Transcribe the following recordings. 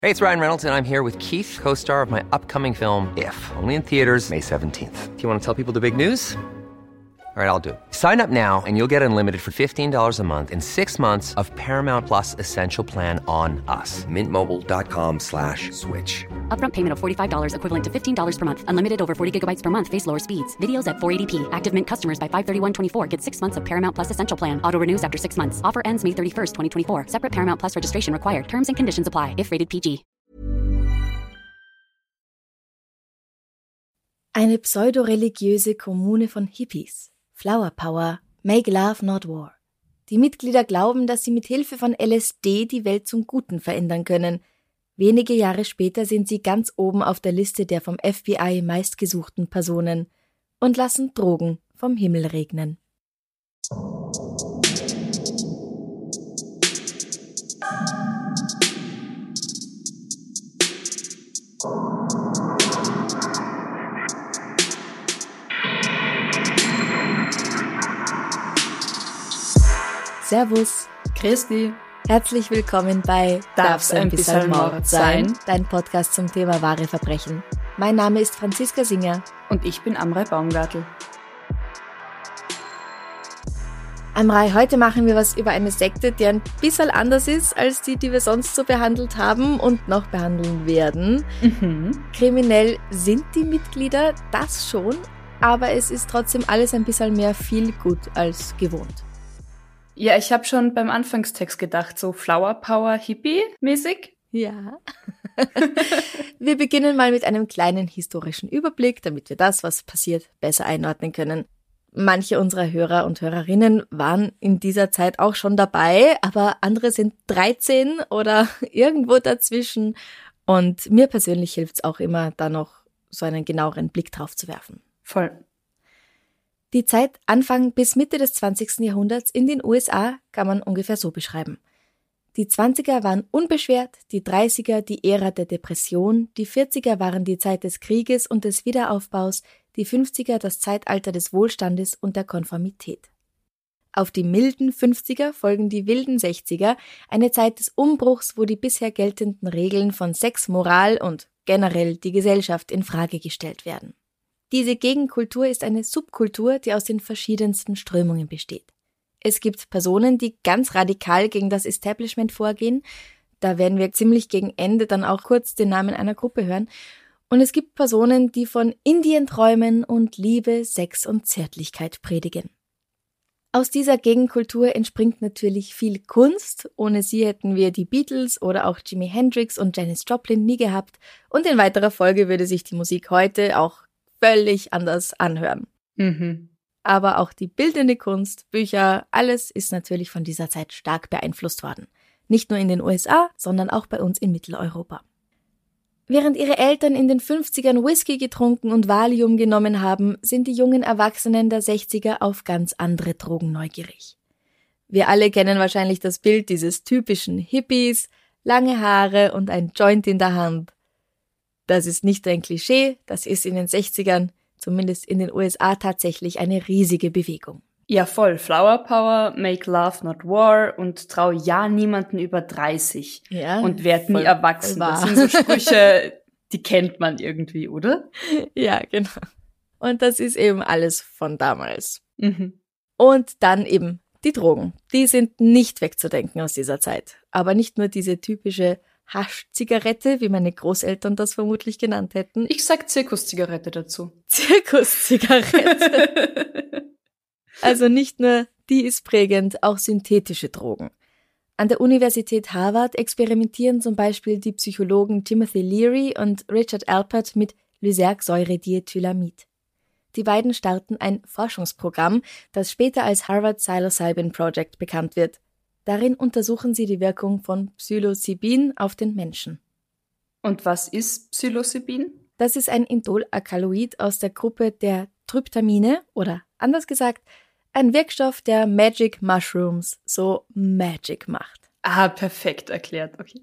Hey, it's Ryan Reynolds, and I'm here with Keith, co-star of my upcoming film, If, only in theaters May 17th. Do you want to tell people the big news? All right, I'll do it. Sign up now and you'll get unlimited for $15 a month and 6 months of Paramount Plus Essential Plan on us. MintMobile.com/switch. Upfront payment of $45 equivalent to $15 per month. Unlimited over 40 gigabytes per month. Face lower speeds. Videos at 480p. Active Mint customers by 531.24 get 6 months of Paramount Plus Essential Plan. Auto renews after 6 months. Offer ends May 31st, 2024. Separate Paramount Plus registration required. Terms and conditions apply if rated PG. Eine pseudoreligiöse Kommune von Hippies. Flower Power, Make Love Not War. Die Mitglieder glauben, dass sie mit Hilfe von LSD die Welt zum Guten verändern können. Wenige Jahre später sind sie ganz oben auf der Liste der vom FBI meistgesuchten Personen und lassen Drogen vom Himmel regnen. Servus, Christi. Herzlich willkommen bei Darf's ein bisschen Mord sein? Dein Podcast zum Thema wahre Verbrechen. Mein Name ist Franziska Singer. Und ich bin Amrei Baumgartl. Amrei, heute machen wir was über eine Sekte, die ein bisschen anders ist als die wir sonst so behandelt haben und noch behandeln werden. Kriminell sind die Mitglieder, das schon, aber es ist trotzdem alles ein bisschen mehr viel gut als gewohnt. Ja, ich habe schon beim Anfangstext gedacht, so Flower Power Hippie-mäßig. Ja. Wir beginnen mal mit einem kleinen historischen Überblick, damit wir das, was passiert, besser einordnen können. Manche unserer Hörer und Hörerinnen waren in dieser Zeit auch schon dabei, aber andere sind 13 oder irgendwo dazwischen. Und mir persönlich hilft es auch immer, da noch so einen genaueren Blick drauf zu werfen. Voll. Die Zeit Anfang bis Mitte des 20. Jahrhunderts in den USA kann man ungefähr so beschreiben. Die 20er waren unbeschwert, die 30er die Ära der Depression, die 40er waren die Zeit des Krieges und des Wiederaufbaus, die 50er das Zeitalter des Wohlstandes und der Konformität. Auf die milden 50er folgen die wilden 60er, eine Zeit des Umbruchs, wo die bisher geltenden Regeln von Sex, Moral und generell die Gesellschaft in Frage gestellt werden. Diese Gegenkultur ist eine Subkultur, die aus den verschiedensten Strömungen besteht. Es gibt Personen, die ganz radikal gegen das Establishment vorgehen. Da werden wir ziemlich gegen Ende dann auch kurz den Namen einer Gruppe hören. Und es gibt Personen, die von Indien träumen und Liebe, Sex und Zärtlichkeit predigen. Aus dieser Gegenkultur entspringt natürlich viel Kunst. Ohne sie hätten wir die Beatles oder auch Jimi Hendrix und Janis Joplin nie gehabt. Und in weiterer Folge würde sich die Musik heute auch völlig anders anhören. Aber auch die bildende Kunst, Bücher, alles ist natürlich von dieser Zeit stark beeinflusst worden. Nicht nur in den USA, sondern auch bei uns in Mitteleuropa. Während ihre Eltern in den 50ern Whisky getrunken und Valium genommen haben, sind die jungen Erwachsenen der 60er auf ganz andere Drogen neugierig. Wir alle kennen wahrscheinlich das Bild dieses typischen Hippies, lange Haare und ein Joint in der Hand. Das ist nicht ein Klischee, das ist in den 60ern, zumindest in den USA, tatsächlich eine riesige Bewegung. Ja, voll. Flower Power, Make Love Not War und trau ja niemanden über 30. Ja, und werd nie erwachsen. Das sind so Sprüche, die kennt man irgendwie, oder? Ja, genau. Und das ist eben alles von damals. Und dann eben die Drogen. Die sind nicht wegzudenken aus dieser Zeit. Aber nicht nur diese typische Hasch-Zigarette, wie meine Großeltern das vermutlich genannt hätten. Ich sag Zirkuszigarette dazu. Zirkuszigarette. Also nicht nur die ist prägend, auch synthetische Drogen. An der Universität Harvard experimentieren zum Beispiel die Psychologen Timothy Leary und Richard Alpert mit Lysergsäure-Diethylamid. Die beiden starten ein Forschungsprogramm, das später als Harvard Psilocybin Project bekannt wird. Darin untersuchen sie die Wirkung von Psilocybin auf den Menschen. Und was ist Psilocybin? Das ist ein Indol-Alkaloid aus der Gruppe der Tryptamine oder anders gesagt, ein Wirkstoff, der Magic Mushrooms so Magic macht. Ah, perfekt erklärt, okay.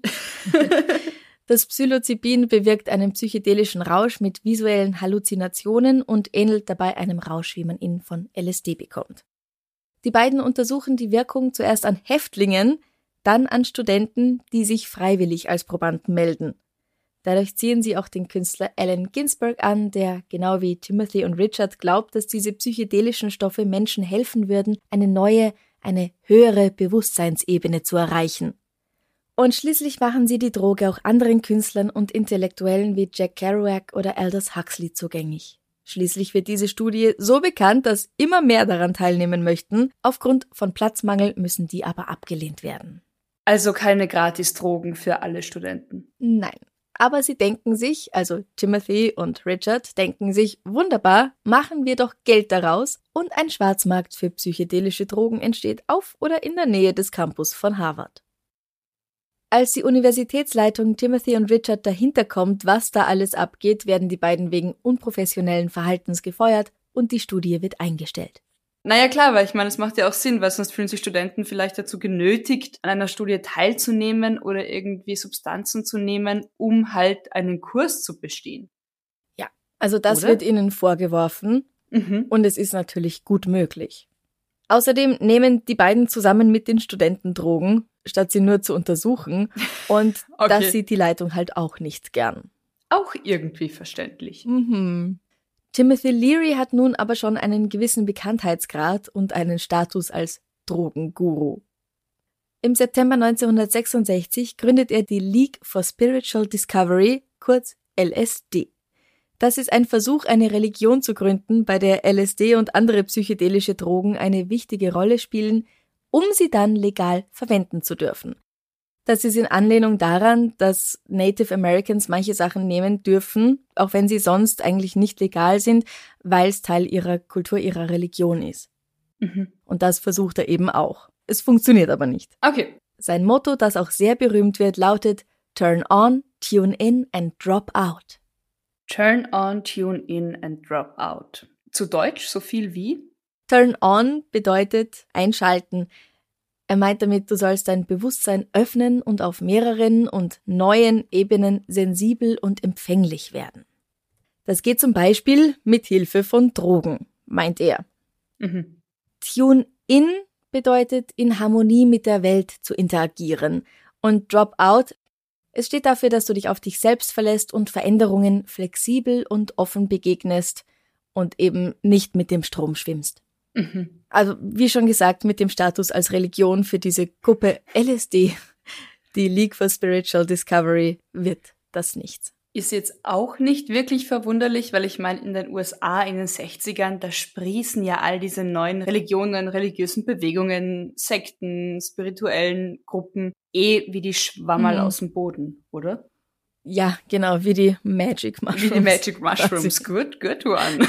Das Psilocybin bewirkt einen psychedelischen Rausch mit visuellen Halluzinationen und ähnelt dabei einem Rausch, wie man ihn von LSD bekommt. Die beiden untersuchen die Wirkung zuerst an Häftlingen, dann an Studenten, die sich freiwillig als Probanden melden. Dadurch ziehen sie auch den Künstler Allen Ginsberg an, der genau wie Timothy und Richard glaubt, dass diese psychedelischen Stoffe Menschen helfen würden, eine neue, eine höhere Bewusstseinsebene zu erreichen. Und schließlich machen sie die Droge auch anderen Künstlern und Intellektuellen wie Jack Kerouac oder Aldous Huxley zugänglich. Schließlich wird diese Studie so bekannt, dass immer mehr daran teilnehmen möchten. Aufgrund von Platzmangel müssen die aber abgelehnt werden. Also keine Gratis-Drogen für alle Studenten. Nein. Aber sie denken sich, also Timothy und Richard denken sich, wunderbar, machen wir doch Geld daraus und ein Schwarzmarkt für psychedelische Drogen entsteht auf oder in der Nähe des Campus von Harvard. Als die Universitätsleitung Timothy und Richard dahinter kommt, was da alles abgeht, werden die beiden wegen unprofessionellen Verhaltens gefeuert und die Studie wird eingestellt. Naja klar, weil ich meine, es macht ja auch Sinn, weil sonst fühlen sich Studenten vielleicht dazu genötigt, an einer Studie teilzunehmen oder irgendwie Substanzen zu nehmen, um halt einen Kurs zu bestehen. Ja, also das Oder? wird ihnen vorgeworfen und es ist natürlich gut möglich. Außerdem nehmen die beiden zusammen mit den Studenten Drogen, statt sie nur zu untersuchen und Okay. das sieht die Leitung halt auch nicht gern. Auch irgendwie verständlich. Timothy Leary hat nun aber schon einen gewissen Bekanntheitsgrad und einen Status als Drogenguru. Im September 1966 gründet er die League for Spiritual Discovery, kurz LSD. Das ist ein Versuch, eine Religion zu gründen, bei der LSD und andere psychedelische Drogen eine wichtige Rolle spielen, um sie dann legal verwenden zu dürfen. Das ist in Anlehnung daran, dass Native Americans manche Sachen nehmen dürfen, auch wenn sie sonst eigentlich nicht legal sind, weil es Teil ihrer Kultur, ihrer Religion ist. Und das versucht er eben auch. Es funktioniert aber nicht. Okay. Sein Motto, das auch sehr berühmt wird, lautet Turn on, tune in and drop out. Turn on, tune in and drop out. Zu Deutsch so viel wie? Turn on bedeutet einschalten. Er meint damit, du sollst dein Bewusstsein öffnen und auf mehreren und neuen Ebenen sensibel und empfänglich werden. Das geht zum Beispiel mit Hilfe von Drogen, meint er. Tune in bedeutet, in Harmonie mit der Welt zu interagieren. Und drop out, es steht dafür, dass du dich auf dich selbst verlässt und Veränderungen flexibel und offen begegnest und eben nicht mit dem Strom schwimmst. Also, wie schon gesagt, mit dem Status als Religion für diese Gruppe LSD, die League for Spiritual Discovery, wird das nichts. Ist jetzt auch nicht wirklich verwunderlich, weil ich meine, in den USA in den 60ern, da sprießen ja all diese neuen Religionen, religiösen Bewegungen, Sekten, spirituellen Gruppen wie die Schwammerl aus dem Boden, oder? Ja, genau, wie die Magic Mushrooms. Wie die Magic Mushrooms. Good one.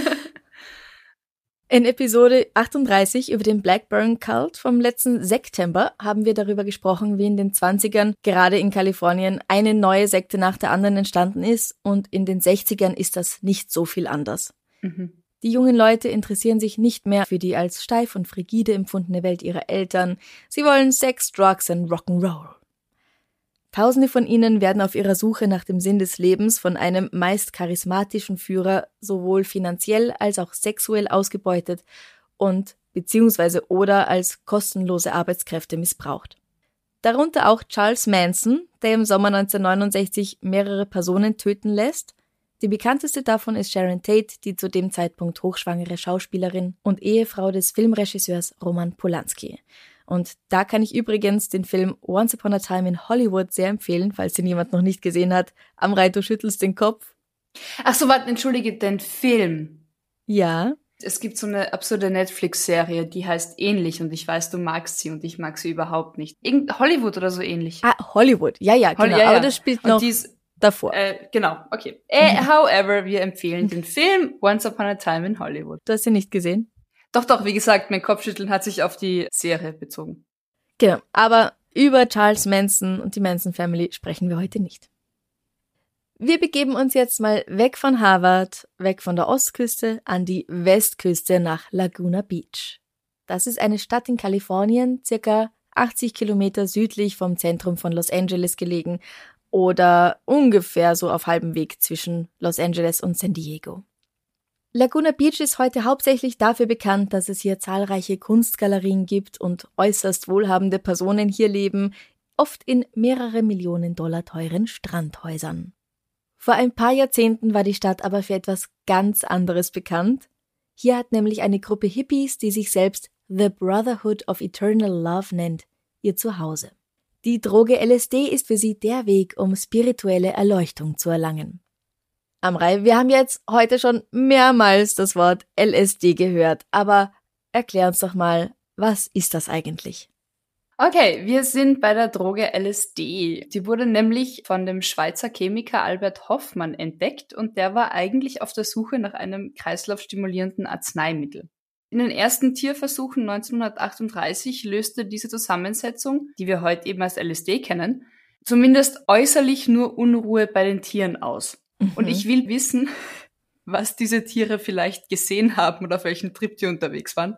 In Episode 38 über den Blackburn Cult vom letzten September haben wir darüber gesprochen, wie in den 20ern gerade in Kalifornien eine neue Sekte nach der anderen entstanden ist und in den 60ern ist das nicht so viel anders. Die jungen Leute interessieren sich nicht mehr für die als steif und frigide empfundene Welt ihrer Eltern. Sie wollen Sex, Drugs und Rock'n'Roll. Tausende von ihnen werden auf ihrer Suche nach dem Sinn des Lebens von einem meist charismatischen Führer sowohl finanziell als auch sexuell ausgebeutet und oder als kostenlose Arbeitskräfte missbraucht. Darunter auch Charles Manson, der im Sommer 1969 mehrere Personen töten lässt. Die bekannteste davon ist Sharon Tate, die zu dem Zeitpunkt hochschwangere Schauspielerin und Ehefrau des Filmregisseurs Roman Polanski. Und da kann ich übrigens den Film Once Upon a Time in Hollywood sehr empfehlen, falls den jemand noch nicht gesehen hat. Amrei, du schüttelst den Kopf. Ach so, warte, entschuldige, den Film. Ja. Es gibt so eine absurde Netflix-Serie, die heißt ähnlich und ich weiß, du magst sie und ich mag sie überhaupt nicht. Hollywood oder so ähnlich. Ah, Hollywood. Ja, genau. Ja. Aber das spielt noch davor. Genau, okay. However, wir empfehlen den Film Once Upon a Time in Hollywood. Du hast ihn nicht gesehen? Doch, wie gesagt, mein Kopfschütteln hat sich auf die Serie bezogen. Genau, aber über Charles Manson und die Manson Family sprechen wir heute nicht. Wir begeben uns jetzt mal weg von Harvard, weg von der Ostküste an die Westküste nach Laguna Beach. Das ist eine Stadt in Kalifornien, circa 80 Kilometer südlich vom Zentrum von Los Angeles gelegen oder ungefähr so auf halbem Weg zwischen Los Angeles und San Diego. Laguna Beach ist heute hauptsächlich dafür bekannt, dass es hier zahlreiche Kunstgalerien gibt und äußerst wohlhabende Personen hier leben, oft in mehrere Millionen Dollar teuren Strandhäusern. Vor ein paar Jahrzehnten war die Stadt aber für etwas ganz anderes bekannt. Hier hat nämlich eine Gruppe Hippies, die sich selbst The Brotherhood of Eternal Love nennt, ihr Zuhause. Die Droge LSD ist für sie der Weg, um spirituelle Erleuchtung zu erlangen. Amrei, wir haben jetzt heute schon mehrmals das Wort LSD gehört, aber erklär uns doch mal, was ist das eigentlich? Okay, wir sind bei der Droge LSD. Die wurde nämlich von dem Schweizer Chemiker Albert Hofmann entdeckt und der war eigentlich auf der Suche nach einem kreislaufstimulierenden Arzneimittel. In den ersten Tierversuchen 1938 löste diese Zusammensetzung, die wir heute eben als LSD kennen, zumindest äußerlich nur Unruhe bei den Tieren aus. Und ich will wissen, was diese Tiere vielleicht gesehen haben oder auf welchem Trip die unterwegs waren.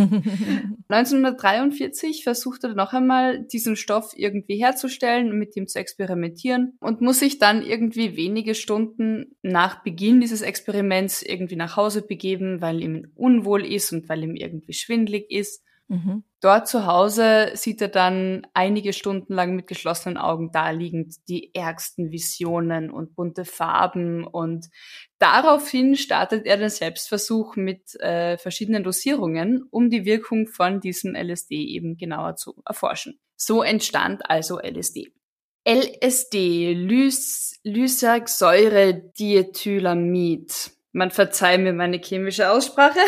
1943 versuchte er noch einmal, diesen Stoff irgendwie herzustellen, mit ihm zu experimentieren und muss sich dann irgendwie wenige Stunden nach Beginn dieses Experiments irgendwie nach Hause begeben, weil ihm unwohl ist und weil ihm irgendwie schwindelig ist. Dort zu Hause sieht er dann einige Stunden lang mit geschlossenen Augen daliegend die ärgsten Visionen und bunte Farben und daraufhin startet er den Selbstversuch mit verschiedenen Dosierungen, um die Wirkung von diesem LSD eben genauer zu erforschen. So entstand also LSD. LSD, Lysergsäure-Diethylamid. Man verzeiht mir meine chemische Aussprache.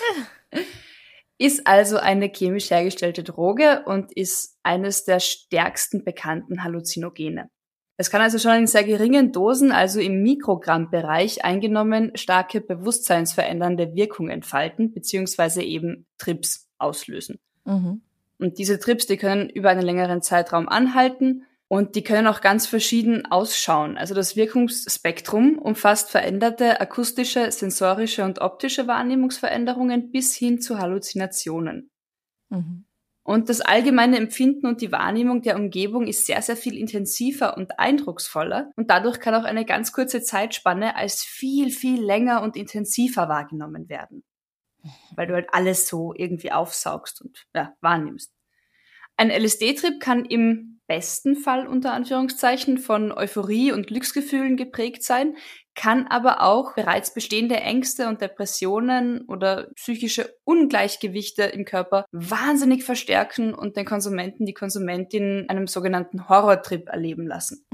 Ist also eine chemisch hergestellte Droge und ist eines der stärksten bekannten Halluzinogene. Es kann also schon in sehr geringen Dosen, also im Mikrogrammbereich eingenommen, starke bewusstseinsverändernde Wirkung entfalten, beziehungsweise eben Trips auslösen. Und diese Trips, die können über einen längeren Zeitraum anhalten und die können auch ganz verschieden ausschauen. Also das Wirkungsspektrum umfasst veränderte akustische, sensorische und optische Wahrnehmungsveränderungen bis hin zu Halluzinationen. Und das allgemeine Empfinden und die Wahrnehmung der Umgebung ist sehr, sehr viel intensiver und eindrucksvoller und dadurch kann auch eine ganz kurze Zeitspanne als viel, viel länger und intensiver wahrgenommen werden. Weil du halt alles so irgendwie aufsaugst und wahrnimmst. Ein LSD-Trip kann im besten Fall unter Anführungszeichen von Euphorie und Glücksgefühlen geprägt sein, kann aber auch bereits bestehende Ängste und Depressionen oder psychische Ungleichgewichte im Körper wahnsinnig verstärken und den Konsumenten, die Konsumentin einem sogenannten Horrortrip erleben lassen.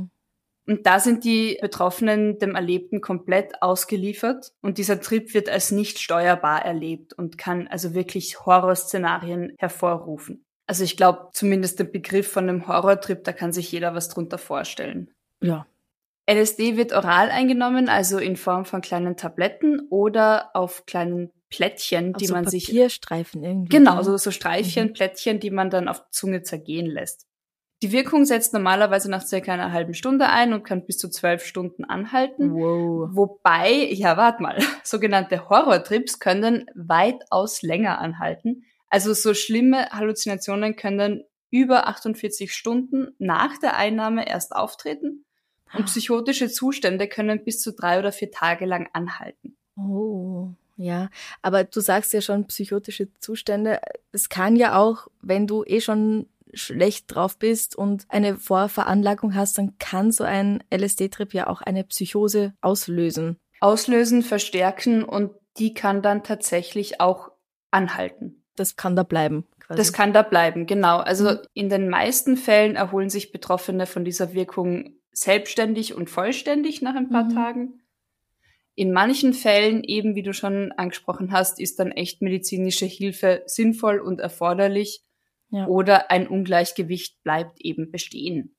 Und da sind die Betroffenen dem Erlebten komplett ausgeliefert und dieser Trip wird als nicht steuerbar erlebt und kann also wirklich Horrorszenarien hervorrufen. Also ich glaube, zumindest der Begriff von einem Horrortrip, da kann sich jeder was drunter vorstellen. Ja. LSD wird oral eingenommen, also in Form von kleinen Tabletten oder auf kleinen Plättchen, die man sich... Papierstreifen irgendwie. Genau, so Streifchen, Plättchen, die man dann auf der Zunge zergehen lässt. Die Wirkung setzt normalerweise nach circa einer halben Stunde ein und kann bis zu 12 Stunden anhalten. Wow. Wobei, sogenannte Horrortrips können weitaus länger anhalten. Also so schlimme Halluzinationen können über 48 Stunden nach der Einnahme erst auftreten und psychotische Zustände können bis zu 3 oder 4 Tage lang anhalten. Oh, ja. Aber du sagst ja schon psychotische Zustände. Es kann ja auch, wenn du schon schlecht drauf bist und eine Vorveranlagung hast, dann kann so ein LSD-Trip ja auch eine Psychose auslösen. Auslösen, verstärken und die kann dann tatsächlich auch anhalten. Das kann da bleiben, quasi. Das kann da bleiben, genau. Also in den meisten Fällen erholen sich Betroffene von dieser Wirkung selbstständig und vollständig nach ein paar Tagen. In manchen Fällen, eben wie du schon angesprochen hast, ist dann echt medizinische Hilfe sinnvoll und erforderlich. Ja. Oder ein Ungleichgewicht bleibt eben bestehen.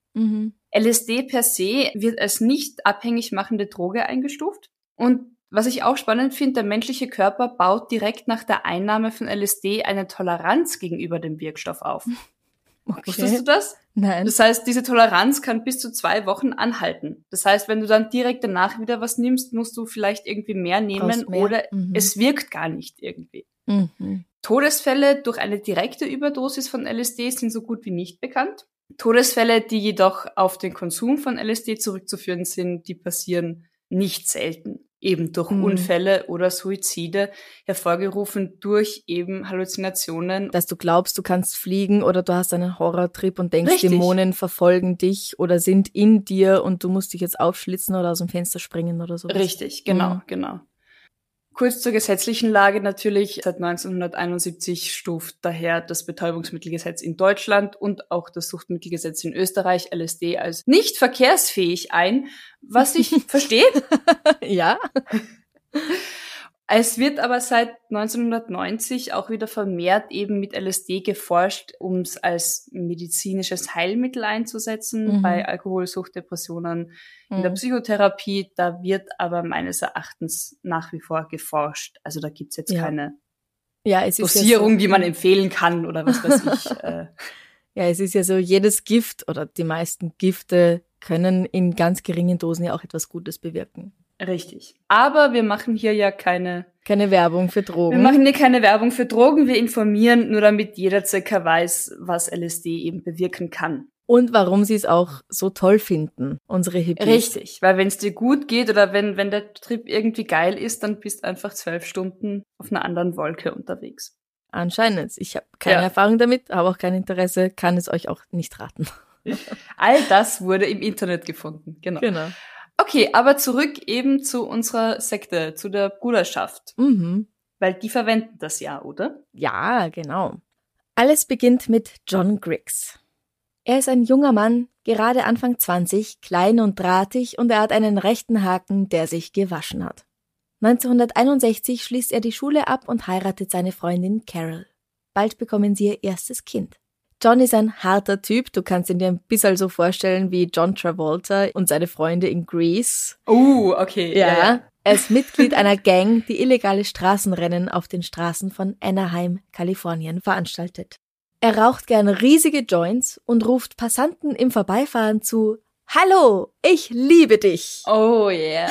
LSD per se wird als nicht abhängig machende Droge eingestuft und was ich auch spannend finde, der menschliche Körper baut direkt nach der Einnahme von LSD eine Toleranz gegenüber dem Wirkstoff auf. Okay. Wusstest du das? Nein. Das heißt, diese Toleranz kann bis zu 2 Wochen anhalten. Das heißt, wenn du dann direkt danach wieder was nimmst, musst du vielleicht irgendwie mehr nehmen oder es wirkt gar nicht irgendwie. Todesfälle durch eine direkte Überdosis von LSD sind so gut wie nicht bekannt. Todesfälle, die jedoch auf den Konsum von LSD zurückzuführen sind, die passieren nicht selten. eben durch Unfälle oder Suizide, hervorgerufen durch eben Halluzinationen. Dass du glaubst, du kannst fliegen oder du hast einen Horrortrip und denkst, Richtig. Dämonen verfolgen dich oder sind in dir und du musst dich jetzt aufschlitzen oder aus dem Fenster springen oder so. Richtig, genau. Kurz zur gesetzlichen Lage natürlich. Seit 1971 stuft daher das Betäubungsmittelgesetz in Deutschland und auch das Suchtmittelgesetz in Österreich LSD als nicht verkehrsfähig ein, was ich verstehe. Ja. Es wird aber seit 1990 auch wieder vermehrt eben mit LSD geforscht, um es als medizinisches Heilmittel einzusetzen bei Alkoholsucht, Depressionen, in der Psychotherapie. Da wird aber meines Erachtens nach wie vor geforscht. Also da gibt's jetzt keine Dosierung, die man empfehlen kann oder was weiß ich. Ja, es ist ja so, jedes Gift oder die meisten Gifte können in ganz geringen Dosen ja auch etwas Gutes bewirken. Richtig. Aber wir machen hier ja keine Werbung für Drogen. Wir machen hier keine Werbung für Drogen. Wir informieren, nur damit jeder circa weiß, was LSD eben bewirken kann. Und warum sie es auch so toll finden, unsere Hippies. Richtig, weil wenn es dir gut geht oder wenn der Trip irgendwie geil ist, dann bist du einfach 12 Stunden auf einer anderen Wolke unterwegs. Anscheinend. Ich habe keine Erfahrung damit, habe auch kein Interesse, kann es euch auch nicht raten. All das wurde im Internet gefunden. Genau. Okay, aber zurück eben zu unserer Sekte, zu der Bruderschaft. Weil die verwenden das ja, oder? Ja, genau. Alles beginnt mit John Griggs. Er ist ein junger Mann, gerade Anfang 20, klein und drahtig und er hat einen rechten Haken, der sich gewaschen hat. 1961 schließt er die Schule ab und heiratet seine Freundin Carol. Bald bekommen sie ihr erstes Kind. John ist ein harter Typ, du kannst ihn dir ein bisschen so vorstellen wie John Travolta und seine Freunde in Grease. Okay. Ja. Er ist Mitglied einer Gang, die illegale Straßenrennen auf den Straßen von Anaheim, Kalifornien veranstaltet. Er raucht gerne riesige Joints und ruft Passanten im Vorbeifahren zu: Hallo, ich liebe dich. Oh yeah.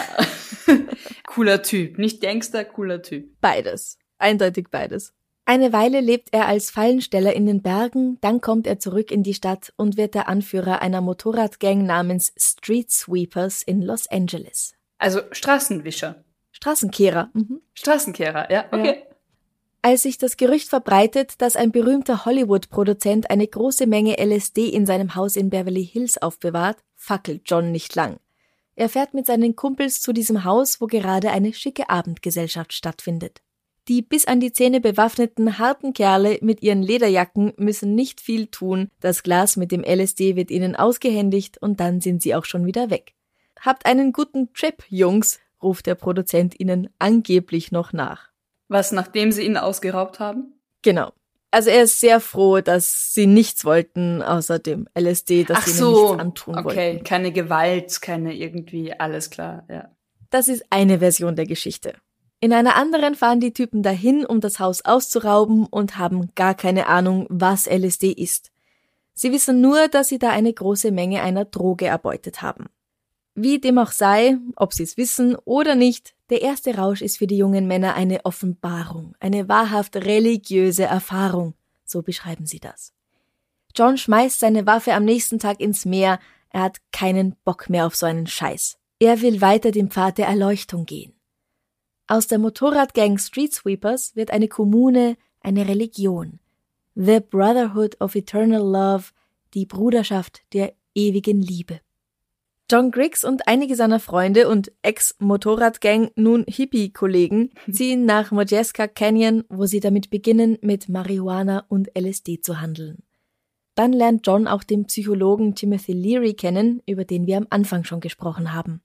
Cooler Typ, nicht Gangster, cooler Typ. Beides, eindeutig beides. Eine Weile lebt er als Fallensteller in den Bergen, dann kommt er zurück in die Stadt und wird der Anführer einer Motorradgang namens Street Sweepers in Los Angeles. Also Straßenwischer. Straßenkehrer. Straßenkehrer, ja, okay. Ja. Als sich das Gerücht verbreitet, dass ein berühmter Hollywood-Produzent eine große Menge LSD in seinem Haus in Beverly Hills aufbewahrt, fackelt John nicht lang. Er fährt mit seinen Kumpels zu diesem Haus, wo gerade eine schicke Abendgesellschaft stattfindet. Die bis an die Zähne bewaffneten, harten Kerle mit ihren Lederjacken müssen nicht viel tun, das Glas mit dem LSD wird ihnen ausgehändigt und dann sind sie auch schon wieder weg. Habt einen guten Trip, Jungs, ruft der Produzent ihnen angeblich noch nach. Was, nachdem sie ihn ausgeraubt haben? Genau. Also er ist sehr froh, dass sie nichts wollten, außer dem LSD, dass sie ihnen nichts antun wollten. Okay, keine Gewalt, keine irgendwie, alles klar, ja. Das ist eine Version der Geschichte. In einer anderen fahren die Typen dahin, um das Haus auszurauben und haben gar keine Ahnung, was LSD ist. Sie wissen nur, dass sie da eine große Menge einer Droge erbeutet haben. Wie dem auch sei, ob sie es wissen oder nicht, der erste Rausch ist für die jungen Männer eine Offenbarung, eine wahrhaft religiöse Erfahrung, so beschreiben sie das. John schmeißt seine Waffe am nächsten Tag ins Meer, er hat keinen Bock mehr auf so einen Scheiß. Er will weiter den Pfad der Erleuchtung gehen. Aus der Motorradgang Street Sweepers wird eine Kommune, eine Religion. The Brotherhood of Eternal Love, die Bruderschaft der ewigen Liebe. John Griggs und einige seiner Freunde und Ex-Motorradgang, nun Hippie-Kollegen, ziehen nach Modjeska Canyon, wo sie damit beginnen, mit Marihuana und LSD zu handeln. Dann lernt John auch den Psychologen Timothy Leary kennen, über den wir am Anfang schon gesprochen haben.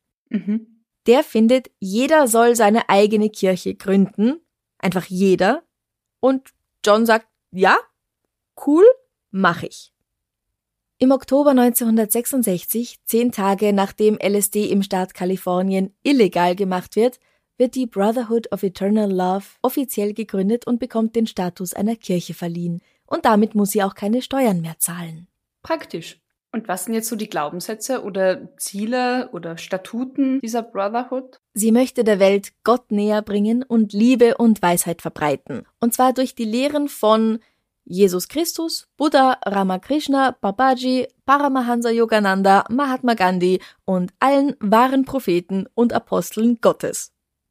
Der findet, jeder soll seine eigene Kirche gründen, einfach jeder. Und John sagt, ja, cool, mach ich. Im Oktober 1966, 10 Tage nachdem LSD im Staat Kalifornien illegal gemacht wird, wird die Brotherhood of Eternal Love offiziell gegründet und bekommt den Status einer Kirche verliehen. Und damit muss sie auch keine Steuern mehr zahlen. Praktisch. Und was sind jetzt so die Glaubenssätze oder Ziele oder Statuten dieser Brotherhood? Sie möchte der Welt Gott näher bringen und Liebe und Weisheit verbreiten. Und zwar durch die Lehren von Jesus Christus, Buddha, Ramakrishna, Babaji, Paramahansa Yogananda, Mahatma Gandhi und allen wahren Propheten und Aposteln Gottes.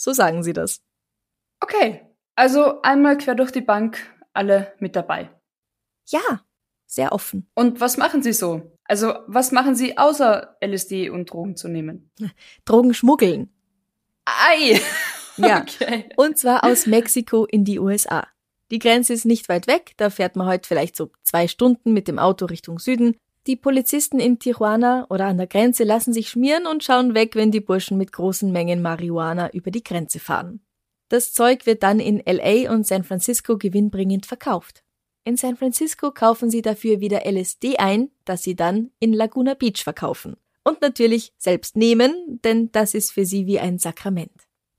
so sagen sie das. Okay, also einmal quer durch die Bank, alle mit dabei. Ja, sehr offen. Und was machen Sie so? Also, was machen Sie außer LSD und Drogen zu nehmen? Drogen schmuggeln. Ei! Ja, Okay. und zwar aus Mexiko in die USA. Die Grenze ist nicht weit weg, da fährt man heute vielleicht so 2 Stunden mit dem Auto Richtung Süden. Die Polizisten in Tijuana oder an der Grenze lassen sich schmieren und schauen weg, wenn die Burschen mit großen Mengen Marihuana über die Grenze fahren. Das Zeug wird dann in LA und San Francisco gewinnbringend verkauft. In San Francisco kaufen sie dafür wieder LSD ein, das sie dann in Laguna Beach verkaufen. Und natürlich selbst nehmen, denn das ist für sie wie ein Sakrament.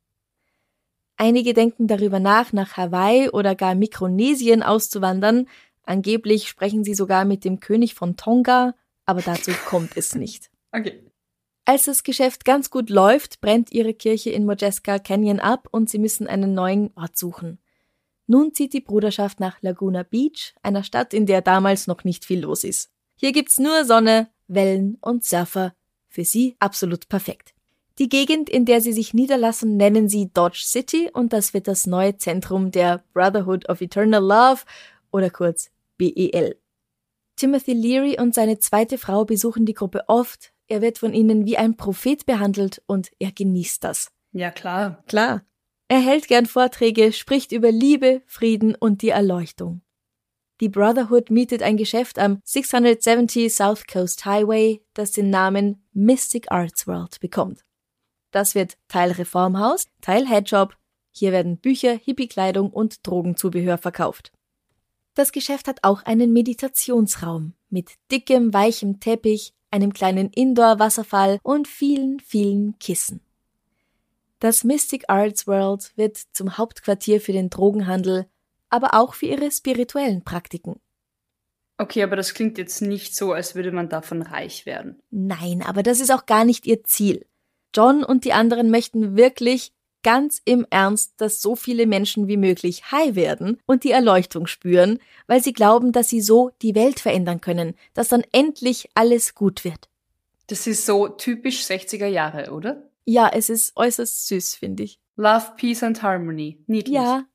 Einige denken darüber nach Hawaii oder gar Mikronesien auszuwandern. Angeblich sprechen sie sogar mit dem König von Tonga, aber dazu kommt es nicht. Okay. Als das Geschäft ganz gut läuft, brennt ihre Kirche in Modjeska Canyon ab und sie müssen einen neuen Ort suchen. Nun zieht die Bruderschaft nach Laguna Beach, einer Stadt, in der damals noch nicht viel los ist. Hier gibt's nur Sonne, Wellen und Surfer. Für sie absolut perfekt. Die Gegend, in der sie sich niederlassen, nennen sie Dodge City und das wird das neue Zentrum der Brotherhood of Eternal Love oder kurz BEL. Timothy Leary und seine zweite Frau besuchen die Gruppe oft. Er wird von ihnen wie ein Prophet behandelt und er genießt das. Ja, klar. Klar. Er hält gern Vorträge, spricht über Liebe, Frieden und die Erleuchtung. Die Brotherhood mietet ein Geschäft am 670 South Coast Highway, das den Namen Mystic Arts World bekommt. Das wird Teil Reformhaus, Teil Headshop. Hier werden Bücher, Hippie-Kleidung und Drogenzubehör verkauft. Das Geschäft hat auch einen Meditationsraum mit dickem, weichem Teppich, einem kleinen Indoor-Wasserfall und vielen, vielen Kissen. Das Mystic Arts World wird zum Hauptquartier für den Drogenhandel, aber auch für ihre spirituellen Praktiken. Okay, aber das klingt jetzt nicht so, als würde man davon reich werden. Nein, aber das ist auch gar nicht ihr Ziel. John und die anderen möchten wirklich ganz im Ernst, dass so viele Menschen wie möglich high werden und die Erleuchtung spüren, weil sie glauben, dass sie so die Welt verändern können, dass dann endlich alles gut wird. Das ist so typisch 60er Jahre, oder? Ja, es ist äußerst süß, finde ich. Love, Peace and Harmony. Niedlich. Ja.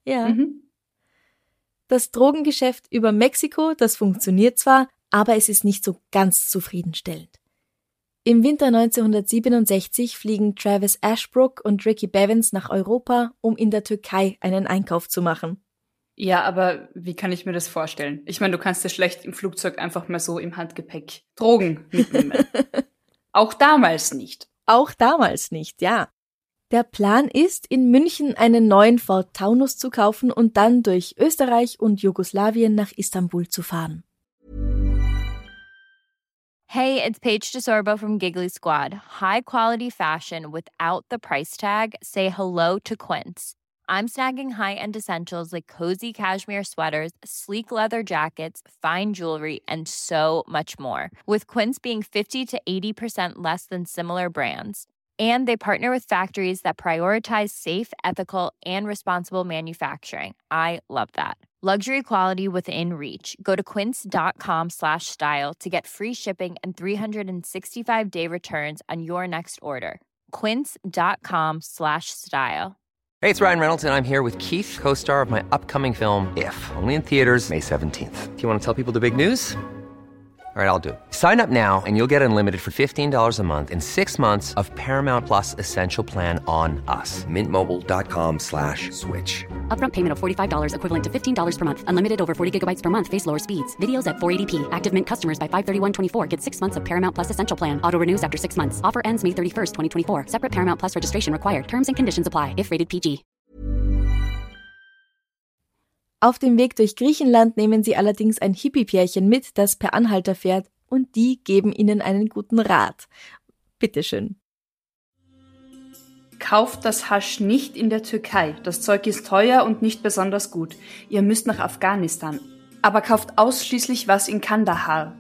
Das Drogengeschäft über Mexiko, das funktioniert zwar, aber es ist nicht so ganz zufriedenstellend. Im Winter 1967 fliegen Travis Ashbrook und Ricky Bevins nach Europa, um in der Türkei einen Einkauf zu machen. Ja, aber wie kann ich mir das vorstellen? Ich meine, du kannst ja schlecht im Flugzeug einfach mal so im Handgepäck Drogen mitnehmen. Auch damals nicht. Auch damals nicht, ja. Der Plan ist, in München einen neuen Ford Taunus zu kaufen und dann durch Österreich und Jugoslawien nach Istanbul zu fahren. Hey, it's Paige DeSorbo from Giggly Squad. High quality fashion without the price tag. Say hello to Quince. I'm snagging high-end essentials like cozy cashmere sweaters, sleek leather jackets, fine jewelry, and so much more. With Quince being 50 to 80% less than similar brands. And they partner with factories that prioritize safe, ethical, and responsible manufacturing. I love that. Luxury quality within reach. Go to quince.com/style to get free shipping and 365-day returns on your next order. Quince.com/style. Hey, it's Ryan Reynolds, and I'm here with Keith, co-star of my upcoming film, If, only in theaters May 17th. Do you want to tell people the big news? All right, I'll do it. Sign up now and you'll get unlimited for $15 a month and 6 months of Paramount Plus Essential Plan on us. Mintmobile.com/switch. Upfront payment of $45 equivalent to $15 per month. Unlimited over 40 gigabytes per month. Face lower speeds. Videos at 480p. Active Mint customers by 531.24 get 6 months of Paramount Plus Essential Plan. Auto renews after 6 months. Offer ends May 31st, 2024. Separate Paramount Plus registration required. Terms and conditions apply if rated PG. Auf dem Weg durch Griechenland nehmen sie allerdings ein Hippie-Pärchen mit, das per Anhalter fährt, und die geben ihnen einen guten Rat. Bitteschön. Kauft das Hasch nicht in der Türkei. Das Zeug ist teuer und nicht besonders gut. Ihr müsst nach Afghanistan. Aber kauft ausschließlich was in Kandahar.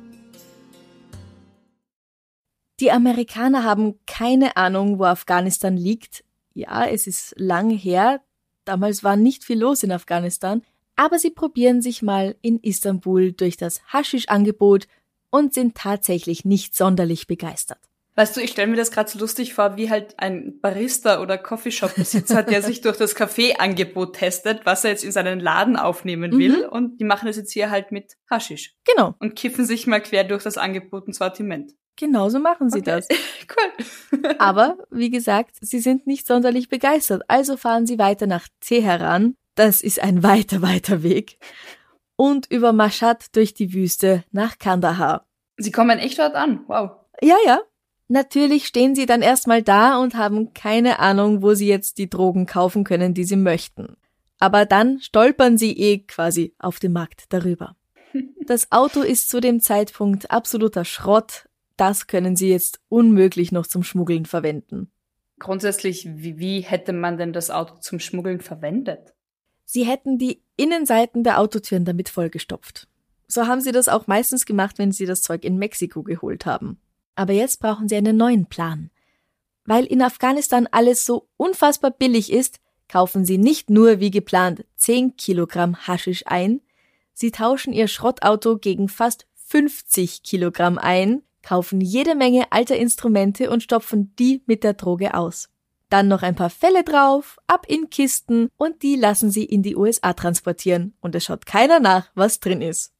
Die Amerikaner haben keine Ahnung, wo Afghanistan liegt. Ja, es ist lang her. Damals war nicht viel los in Afghanistan. Aber sie probieren sich mal in Istanbul durch das Haschisch-Angebot und sind tatsächlich nicht sonderlich begeistert. Weißt du, ich stelle mir das gerade so lustig vor, wie halt ein Barista oder Coffeeshop-Besitzer, der sich durch das Kaffeeangebot testet, was er jetzt in seinen Laden aufnehmen will. Und die machen das jetzt hier halt mit Haschisch. Genau. Und kiffen sich mal quer durch das Angebot und Sortiment. Genauso machen sie das. Cool. Aber, wie gesagt, sie sind nicht sonderlich begeistert. Also fahren sie weiter nach Teheran. Das ist ein weiter Weg. Und über Mashhad durch die Wüste nach Kandahar. Sie kommen echt dort an. Wow. Ja. Natürlich stehen sie dann erstmal da und haben keine Ahnung, wo sie jetzt die Drogen kaufen können, die sie möchten. Aber dann stolpern sie quasi auf dem Markt darüber. Das Auto ist zu dem Zeitpunkt absoluter Schrott. Das können sie jetzt unmöglich noch zum Schmuggeln verwenden. Grundsätzlich, wie hätte man denn das Auto zum Schmuggeln verwendet? Sie hätten die Innenseiten der Autotüren damit vollgestopft. So haben sie das auch meistens gemacht, wenn sie das Zeug in Mexiko geholt haben. Aber jetzt brauchen sie einen neuen Plan. Weil in Afghanistan alles so unfassbar billig ist, kaufen sie nicht nur wie geplant 10 Kilogramm Haschisch ein, sie tauschen ihr Schrottauto gegen fast 50 Kilogramm ein, kaufen jede Menge alter Instrumente und stopfen die mit der Droge aus. Dann noch ein paar Felle drauf, ab in Kisten und die lassen sie in die USA transportieren und es schaut keiner nach, was drin ist.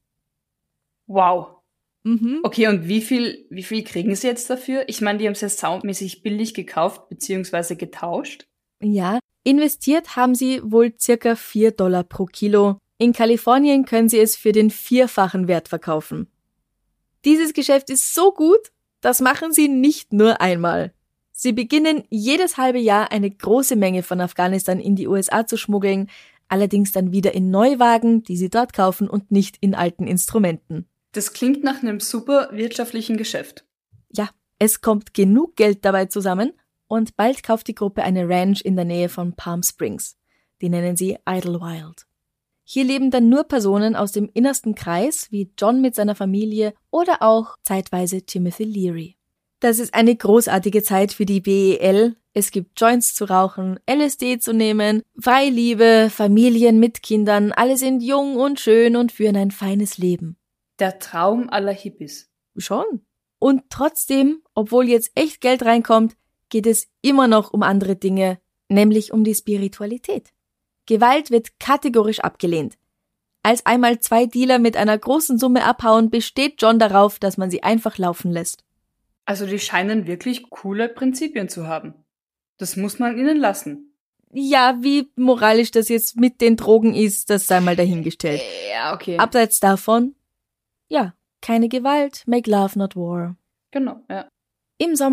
Wow. Okay, und wie viel kriegen sie jetzt dafür? Ich meine, die haben es ja soundmäßig billig gekauft bzw. getauscht. Ja, investiert haben sie wohl circa $4 pro Kilo. In Kalifornien können sie es für den 4-fachen Wert verkaufen. Dieses Geschäft ist so gut, das machen sie nicht nur einmal. Sie beginnen jedes halbe Jahr eine große Menge von Afghanistan in die USA zu schmuggeln, allerdings dann wieder in Neuwagen, die sie dort kaufen und nicht in alten Instrumenten. Das klingt nach einem super wirtschaftlichen Geschäft. Ja, es kommt genug Geld dabei zusammen und bald kauft die Gruppe eine Ranch in der Nähe von Palm Springs. Die nennen sie Idlewild. Hier leben dann nur Personen aus dem innersten Kreis, wie John mit seiner Familie oder auch zeitweise Timothy Leary. Das ist eine großartige Zeit für die BEL. Es gibt Joints zu rauchen, LSD zu nehmen, Freiliebe, Familien mit Kindern, alle sind jung und schön und führen ein feines Leben. Der Traum aller Hippies. Schon. Und trotzdem, obwohl jetzt echt Geld reinkommt, geht es immer noch um andere Dinge, nämlich um die Spiritualität. Gewalt wird kategorisch abgelehnt. Als einmal 2 Dealer mit einer großen Summe abhauen, besteht John darauf, dass man sie einfach laufen lässt. Also die scheinen wirklich coole Prinzipien zu haben. Das muss man ihnen lassen. Ja, wie moralisch das jetzt mit den Drogen ist, das sei mal dahingestellt. Ja, okay. Abseits davon, ja, keine Gewalt, make love not war. Genau, ja. Im Sommer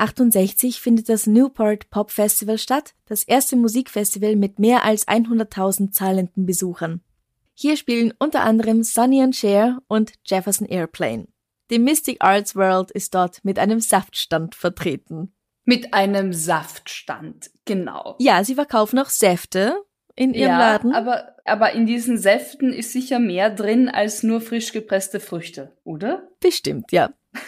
1968 findet das Newport Pop Festival statt, das erste Musikfestival mit mehr als 100.000 zahlenden Besuchern. Hier spielen unter anderem Sonny and Cher und Jefferson Airplane. Die Mystic Arts World ist dort mit einem Saftstand vertreten. Mit einem Saftstand, genau. Ja, sie verkaufen auch Säfte in ihrem Laden. Aber in diesen Säften ist sicher mehr drin als nur frisch gepresste Früchte, oder? Bestimmt, ja.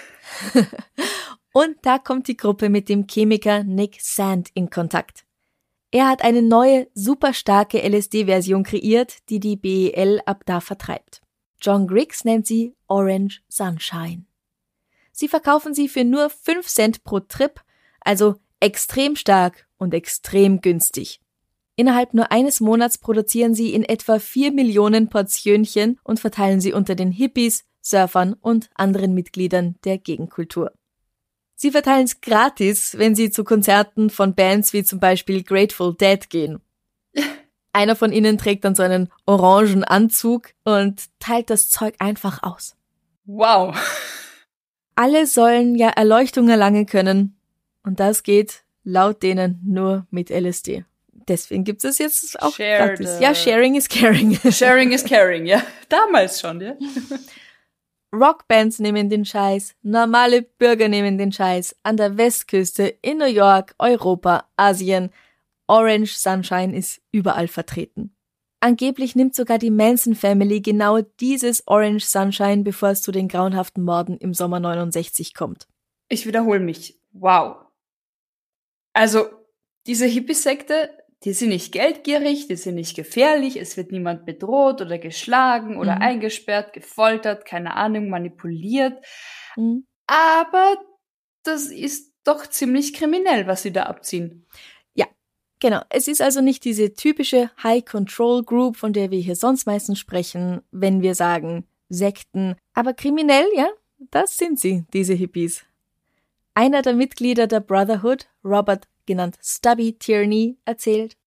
Und da kommt die Gruppe mit dem Chemiker Nick Sand in Kontakt. Er hat eine neue, super starke LSD-Version kreiert, die die BEL ab da vertreibt. John Griggs nennt sie Orange Sunshine. Sie verkaufen sie für nur 5 Cent pro Trip, also extrem stark und extrem günstig. Innerhalb nur eines Monats produzieren sie in etwa 4 Millionen Portionchen und verteilen sie unter den Hippies, Surfern und anderen Mitgliedern der Gegenkultur. Sie verteilen es gratis, wenn sie zu Konzerten von Bands wie zum Beispiel Grateful Dead gehen. Einer von ihnen trägt dann so einen orangen Anzug und teilt das Zeug einfach aus. Wow. Alle sollen ja Erleuchtung erlangen können. Und das geht laut denen nur mit LSD. Deswegen gibt es jetzt auch gratis. Ja, sharing is caring. Sharing is caring, ja. Damals schon, ja. Rockbands nehmen den Scheiß, normale Bürger nehmen den Scheiß, an der Westküste, in New York, Europa, Asien. Orange Sunshine ist überall vertreten. Angeblich nimmt sogar die Manson Family genau dieses Orange Sunshine, bevor es zu den grauenhaften Morden im Sommer 69 kommt. Ich wiederhole mich. Wow. Also, diese Hippie-Sekte, die sind nicht geldgierig, die sind nicht gefährlich, es wird niemand bedroht oder geschlagen oder eingesperrt, gefoltert, keine Ahnung, manipuliert. Aber das ist doch ziemlich kriminell, was sie da abziehen. Ja, genau. Es ist also nicht diese typische High-Control-Group, von der wir hier sonst meistens sprechen, wenn wir sagen Sekten. Aber kriminell, ja, das sind sie, diese Hippies. Einer der Mitglieder der Brotherhood, Robert, genannt Stubby Tierney, erzählt: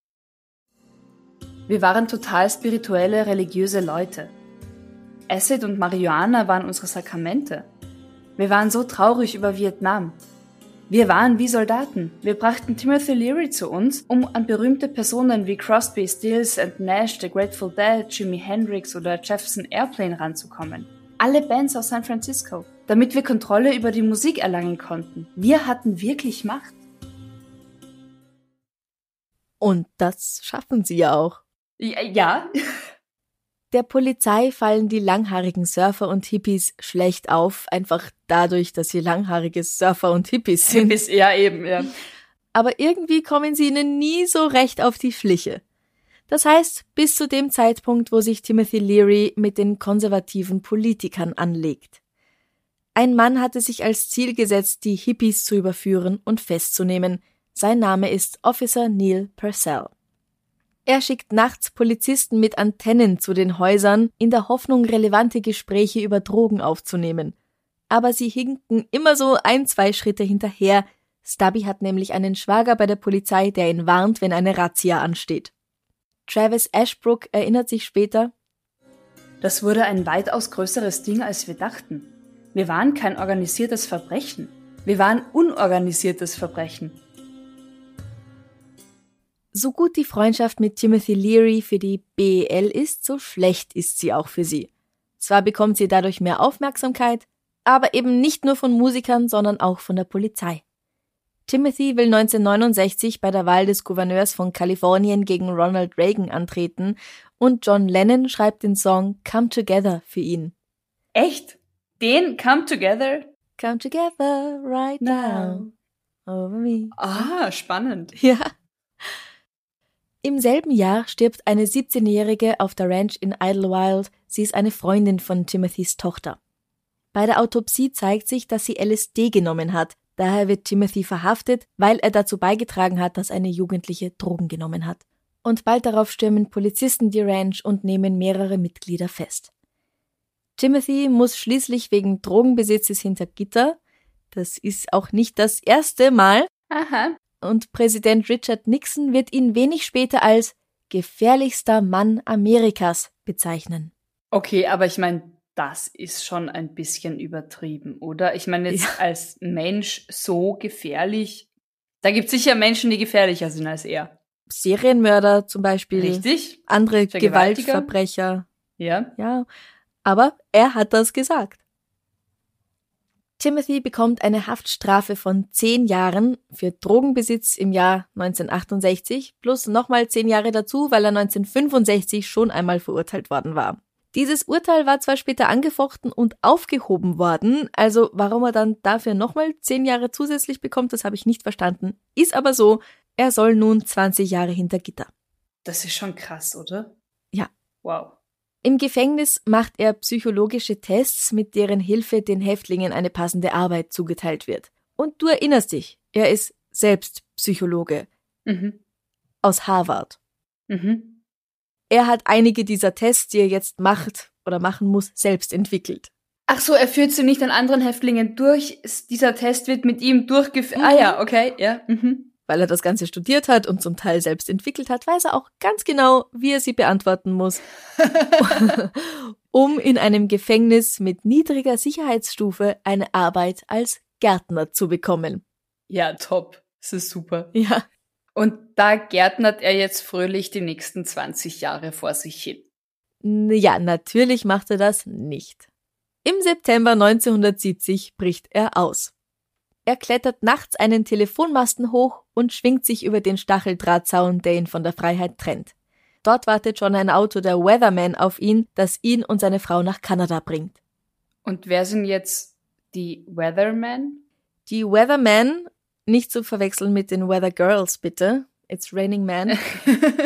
Wir waren total spirituelle, religiöse Leute. Acid und Marihuana waren unsere Sakramente. Wir waren so traurig über Vietnam. Wir waren wie Soldaten. Wir brachten Timothy Leary zu uns, um an berühmte Personen wie Crosby, Stills and Nash, The Grateful Dead, Jimi Hendrix oder Jefferson Airplane ranzukommen. Alle Bands aus San Francisco, damit wir Kontrolle über die Musik erlangen konnten. Wir hatten wirklich Macht. Und das schaffen sie ja auch. Ja. Der Polizei fallen die langhaarigen Surfer und Hippies schlecht auf, einfach dadurch, dass sie langhaarige Surfer und Hippies sind. Hippies, ja eben, ja. Aber irgendwie kommen sie ihnen nie so recht auf die Schliche. Das heißt, bis zu dem Zeitpunkt, wo sich Timothy Leary mit den konservativen Politikern anlegt. Ein Mann hatte sich als Ziel gesetzt, die Hippies zu überführen und festzunehmen. Sein Name ist Officer Neil Purcell. Er schickt nachts Polizisten mit Antennen zu den Häusern, in der Hoffnung, relevante Gespräche über Drogen aufzunehmen. Aber sie hinken immer so 1-2 Schritte hinterher. Stubby hat nämlich einen Schwager bei der Polizei, der ihn warnt, wenn eine Razzia ansteht. Travis Ashbrook erinnert sich später: Das wurde ein weitaus größeres Ding, als wir dachten. Wir waren kein organisiertes Verbrechen. Wir waren unorganisiertes Verbrechen. So gut die Freundschaft mit Timothy Leary für die BEL ist, so schlecht ist sie auch für sie. Zwar bekommt sie dadurch mehr Aufmerksamkeit, aber eben nicht nur von Musikern, sondern auch von der Polizei. Timothy will 1969 bei der Wahl des Gouverneurs von Kalifornien gegen Ronald Reagan antreten und John Lennon schreibt den Song Come Together für ihn. Echt? Den Come Together? Come together right now over me. Ah, spannend. Ja. Im selben Jahr stirbt eine 17-Jährige auf der Ranch in Idlewild. Sie ist eine Freundin von Timothys Tochter. Bei der Autopsie zeigt sich, dass sie LSD genommen hat. Daher wird Timothy verhaftet, weil er dazu beigetragen hat, dass eine Jugendliche Drogen genommen hat. Und bald darauf stürmen Polizisten die Ranch und nehmen mehrere Mitglieder fest. Timothy muss schließlich wegen Drogenbesitzes hinter Gitter. Das ist auch nicht das erste Mal. Aha. Und Präsident Richard Nixon wird ihn wenig später als gefährlichster Mann Amerikas bezeichnen. Okay, aber ich meine, das ist schon ein bisschen übertrieben, oder? Ich meine, jetzt als Mensch so gefährlich. Da gibt es sicher Menschen, die gefährlicher sind als er. Serienmörder zum Beispiel. Richtig. Andere Gewaltverbrecher. Ja. Ja, aber er hat das gesagt. Timothy bekommt eine Haftstrafe von 10 Jahren für Drogenbesitz im Jahr 1968 plus nochmal 10 Jahre dazu, weil er 1965 schon einmal verurteilt worden war. Dieses Urteil war zwar später angefochten und aufgehoben worden, also warum er dann dafür nochmal 10 Jahre zusätzlich bekommt, das habe ich nicht verstanden. Ist aber so, er soll nun 20 Jahre hinter Gitter. Das ist schon krass, oder? Ja. Wow. Im Gefängnis macht er psychologische Tests, mit deren Hilfe den Häftlingen eine passende Arbeit zugeteilt wird. Und du erinnerst dich, er ist selbst Psychologe. Aus Harvard. Er hat einige dieser Tests, die er jetzt macht oder machen muss, selbst entwickelt. Ach so, er führt sie nicht an anderen Häftlingen durch. Dieser Test wird mit ihm durchgeführt. Ah ja, okay, ja. Weil er das Ganze studiert hat und zum Teil selbst entwickelt hat, weiß er auch ganz genau, wie er sie beantworten muss, um in einem Gefängnis mit niedriger Sicherheitsstufe eine Arbeit als Gärtner zu bekommen. Ja, top. Das ist super. Ja. Und da gärtnert er jetzt fröhlich die nächsten 20 Jahre vor sich hin. Ja, natürlich macht er das nicht. Im September 1970 bricht er aus. Er klettert nachts einen Telefonmasten hoch und schwingt sich über den Stacheldrahtzaun, der ihn von der Freiheit trennt. Dort wartet schon ein Auto der Weatherman auf ihn, das ihn und seine Frau nach Kanada bringt. Und wer sind jetzt die Weathermen? Die Weathermen, nicht zu verwechseln mit den Weather Girls, bitte. It's Raining Man.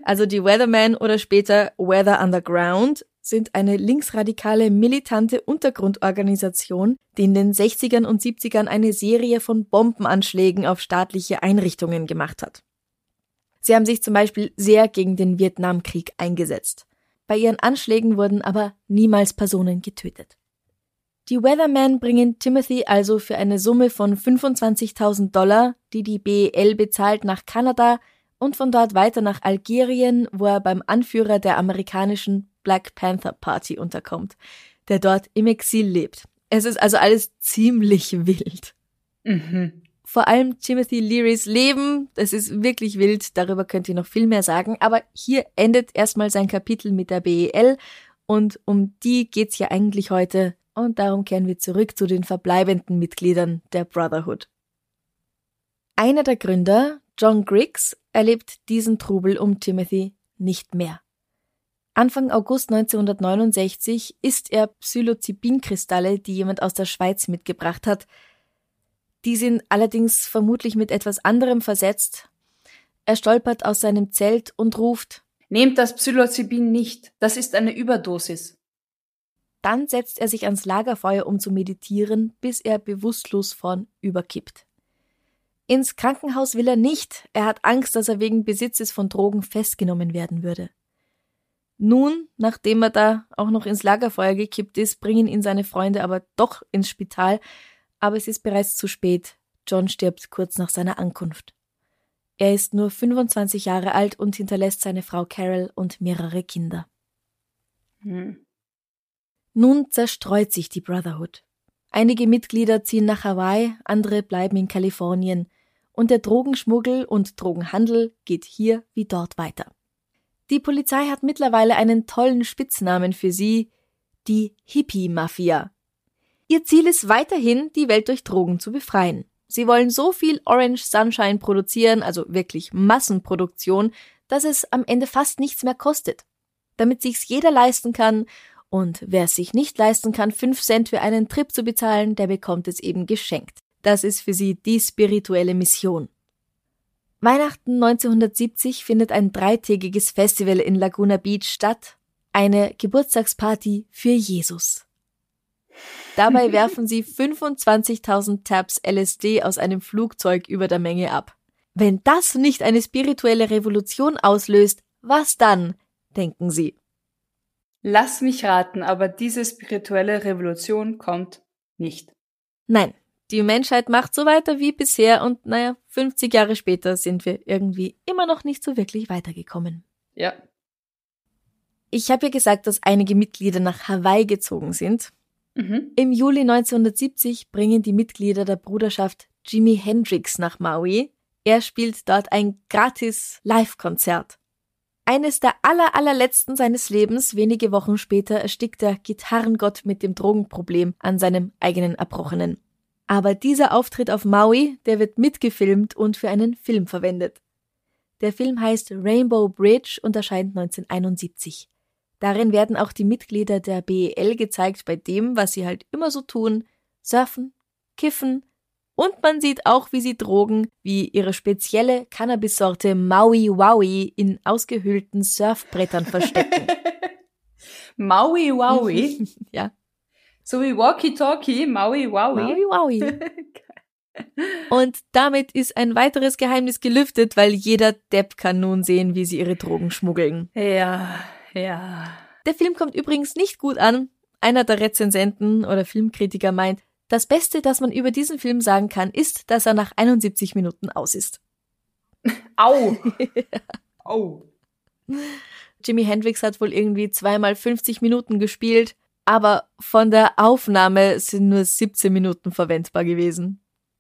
Also die Weathermen oder später Weather Underground sind eine linksradikale, militante Untergrundorganisation, die in den 60ern und 70ern eine Serie von Bombenanschlägen auf staatliche Einrichtungen gemacht hat. Sie haben sich zum Beispiel sehr gegen den Vietnamkrieg eingesetzt. Bei ihren Anschlägen wurden aber niemals Personen getötet. Die Weathermen bringen Timothy also für eine Summe von $25.000, die die BEL bezahlt, nach Kanada und von dort weiter nach Algerien, wo er beim Anführer der amerikanischen Black Panther Party unterkommt, der dort im Exil lebt. Es ist also alles ziemlich wild. Mhm. Vor allem Timothy Learys Leben, das ist wirklich wild, darüber könnt ihr noch viel mehr sagen, aber hier endet erstmal sein Kapitel mit der BEL und um die geht's ja eigentlich heute und darum kehren wir zurück zu den verbleibenden Mitgliedern der Brotherhood. Einer der Gründer, John Griggs, erlebt diesen Trubel um Timothy nicht mehr. Anfang August 1969 isst er Psilocybin-Kristalle, die jemand aus der Schweiz mitgebracht hat. Die sind allerdings vermutlich mit etwas anderem versetzt. Er stolpert aus seinem Zelt und ruft: Nehmt das Psilocybin nicht, das ist eine Überdosis. Dann setzt er sich ans Lagerfeuer, um zu meditieren, bis er bewusstlos vornüberkippt. Ins Krankenhaus will er nicht, er hat Angst, dass er wegen Besitzes von Drogen festgenommen werden würde. Nun, nachdem er da auch noch ins Lagerfeuer gekippt ist, bringen ihn seine Freunde aber doch ins Spital, aber es ist bereits zu spät. John stirbt kurz nach seiner Ankunft. Er ist nur 25 Jahre alt und hinterlässt seine Frau Carol und mehrere Kinder. Nun zerstreut sich die Brotherhood. Einige Mitglieder ziehen nach Hawaii, andere bleiben in Kalifornien und der Drogenschmuggel und Drogenhandel geht hier wie dort weiter. Die Polizei hat mittlerweile einen tollen Spitznamen für sie, die Hippie-Mafia. Ihr Ziel ist weiterhin, die Welt durch Drogen zu befreien. Sie wollen so viel Orange Sunshine produzieren, also wirklich Massenproduktion, dass es am Ende fast nichts mehr kostet. Damit sich's jeder leisten kann und wer es sich nicht leisten kann, 5 Cent für einen Trip zu bezahlen, der bekommt es eben geschenkt. Das ist für sie die spirituelle Mission. Weihnachten 1970 findet ein 3-tägiges Festival in Laguna Beach statt, eine Geburtstagsparty für Jesus. Dabei werfen sie 25.000 Tabs LSD aus einem Flugzeug über der Menge ab. Wenn das nicht eine spirituelle Revolution auslöst, was dann, denken sie? Lass mich raten, aber diese spirituelle Revolution kommt nicht. Nein. Die Menschheit macht so weiter wie bisher und 50 Jahre später sind wir irgendwie immer noch nicht so wirklich weitergekommen. Ja. Ich habe ja gesagt, dass einige Mitglieder nach Hawaii gezogen sind. Im Juli 1970 bringen die Mitglieder der Bruderschaft Jimi Hendrix nach Maui. Er spielt dort ein gratis Live-Konzert. Eines der allerletzten seines Lebens, wenige Wochen später, erstickt der Gitarrengott mit dem Drogenproblem an seinem eigenen Erbrochenen. Aber dieser Auftritt auf Maui, der wird mitgefilmt und für einen Film verwendet. Der Film heißt Rainbow Bridge und erscheint 1971. Darin werden auch die Mitglieder der BEL gezeigt bei dem, was sie halt immer so tun: surfen, kiffen und man sieht auch, wie sie Drogen wie ihre spezielle Cannabissorte Maui Wowie in ausgehöhlten Surfbrettern verstecken. Maui Wowie? Ja. So wie Walkie-Talkie, Maui Wowie. Maui Wowie. Und damit ist ein weiteres Geheimnis gelüftet, weil jeder Depp kann nun sehen, wie sie ihre Drogen schmuggeln. Ja. Der Film kommt übrigens nicht gut an. Einer der Rezensenten oder Filmkritiker meint, das Beste, das man über diesen Film sagen kann, ist, dass er nach 71 Minuten aus ist. Au! Au! Jimi Hendrix hat wohl irgendwie 2x 50 Minuten gespielt, aber von der Aufnahme sind nur 17 Minuten verwendbar gewesen.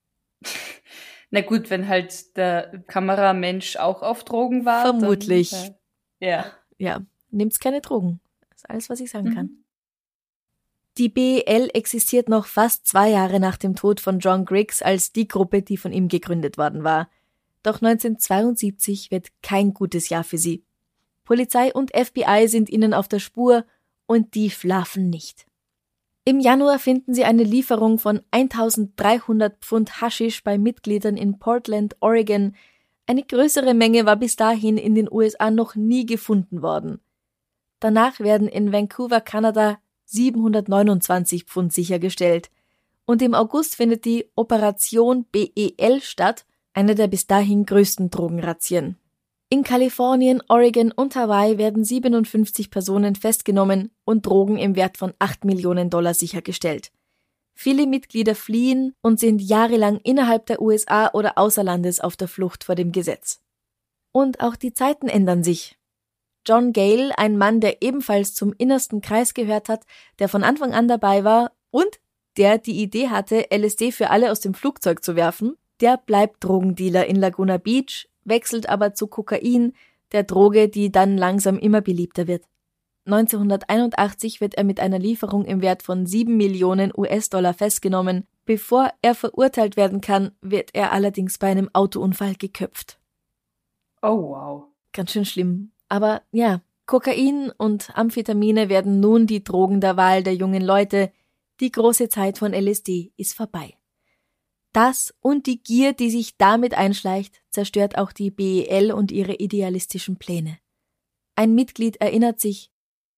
Na gut, wenn halt der Kameramensch auch auf Drogen war. Vermutlich. Dann, ja. Nehmt's keine Drogen. Das ist alles, was ich sagen kann. Die BEL existiert noch fast 2 Jahre nach dem Tod von John Griggs als die Gruppe, die von ihm gegründet worden war. Doch 1972 wird kein gutes Jahr für sie. Polizei und FBI sind ihnen auf der Spur und die schlafen nicht. Im Januar finden sie eine Lieferung von 1.300 Pfund Haschisch bei Mitgliedern in Portland, Oregon, Eine größere Menge war bis dahin in den USA noch nie gefunden worden. Danach werden in Vancouver, Kanada, 729 Pfund sichergestellt. Und im August findet die Operation BEL statt, eine der bis dahin größten Drogenrazzien. In Kalifornien, Oregon und Hawaii werden 57 Personen festgenommen und Drogen im Wert von $8 Millionen sichergestellt. Viele Mitglieder fliehen und sind jahrelang innerhalb der USA oder außer Landes auf der Flucht vor dem Gesetz. Und auch die Zeiten ändern sich. John Gale, ein Mann, der ebenfalls zum innersten Kreis gehört hat, der von Anfang an dabei war und der die Idee hatte, LSD für alle aus dem Flugzeug zu werfen, der bleibt Drogendealer in Laguna Beach, wechselt aber zu Kokain, der Droge, die dann langsam immer beliebter wird. 1981 wird er mit einer Lieferung im Wert von 7 Millionen US-Dollar festgenommen. Bevor er verurteilt werden kann, wird er allerdings bei einem Autounfall geköpft. Oh wow. Ganz schön schlimm. Aber ja, Kokain und Amphetamine werden nun die Drogen der Wahl der jungen Leute. Die große Zeit von LSD ist vorbei. Das und die Gier, die sich damit einschleicht, zerstört auch die BEL und ihre idealistischen Pläne. Ein Mitglied erinnert sich: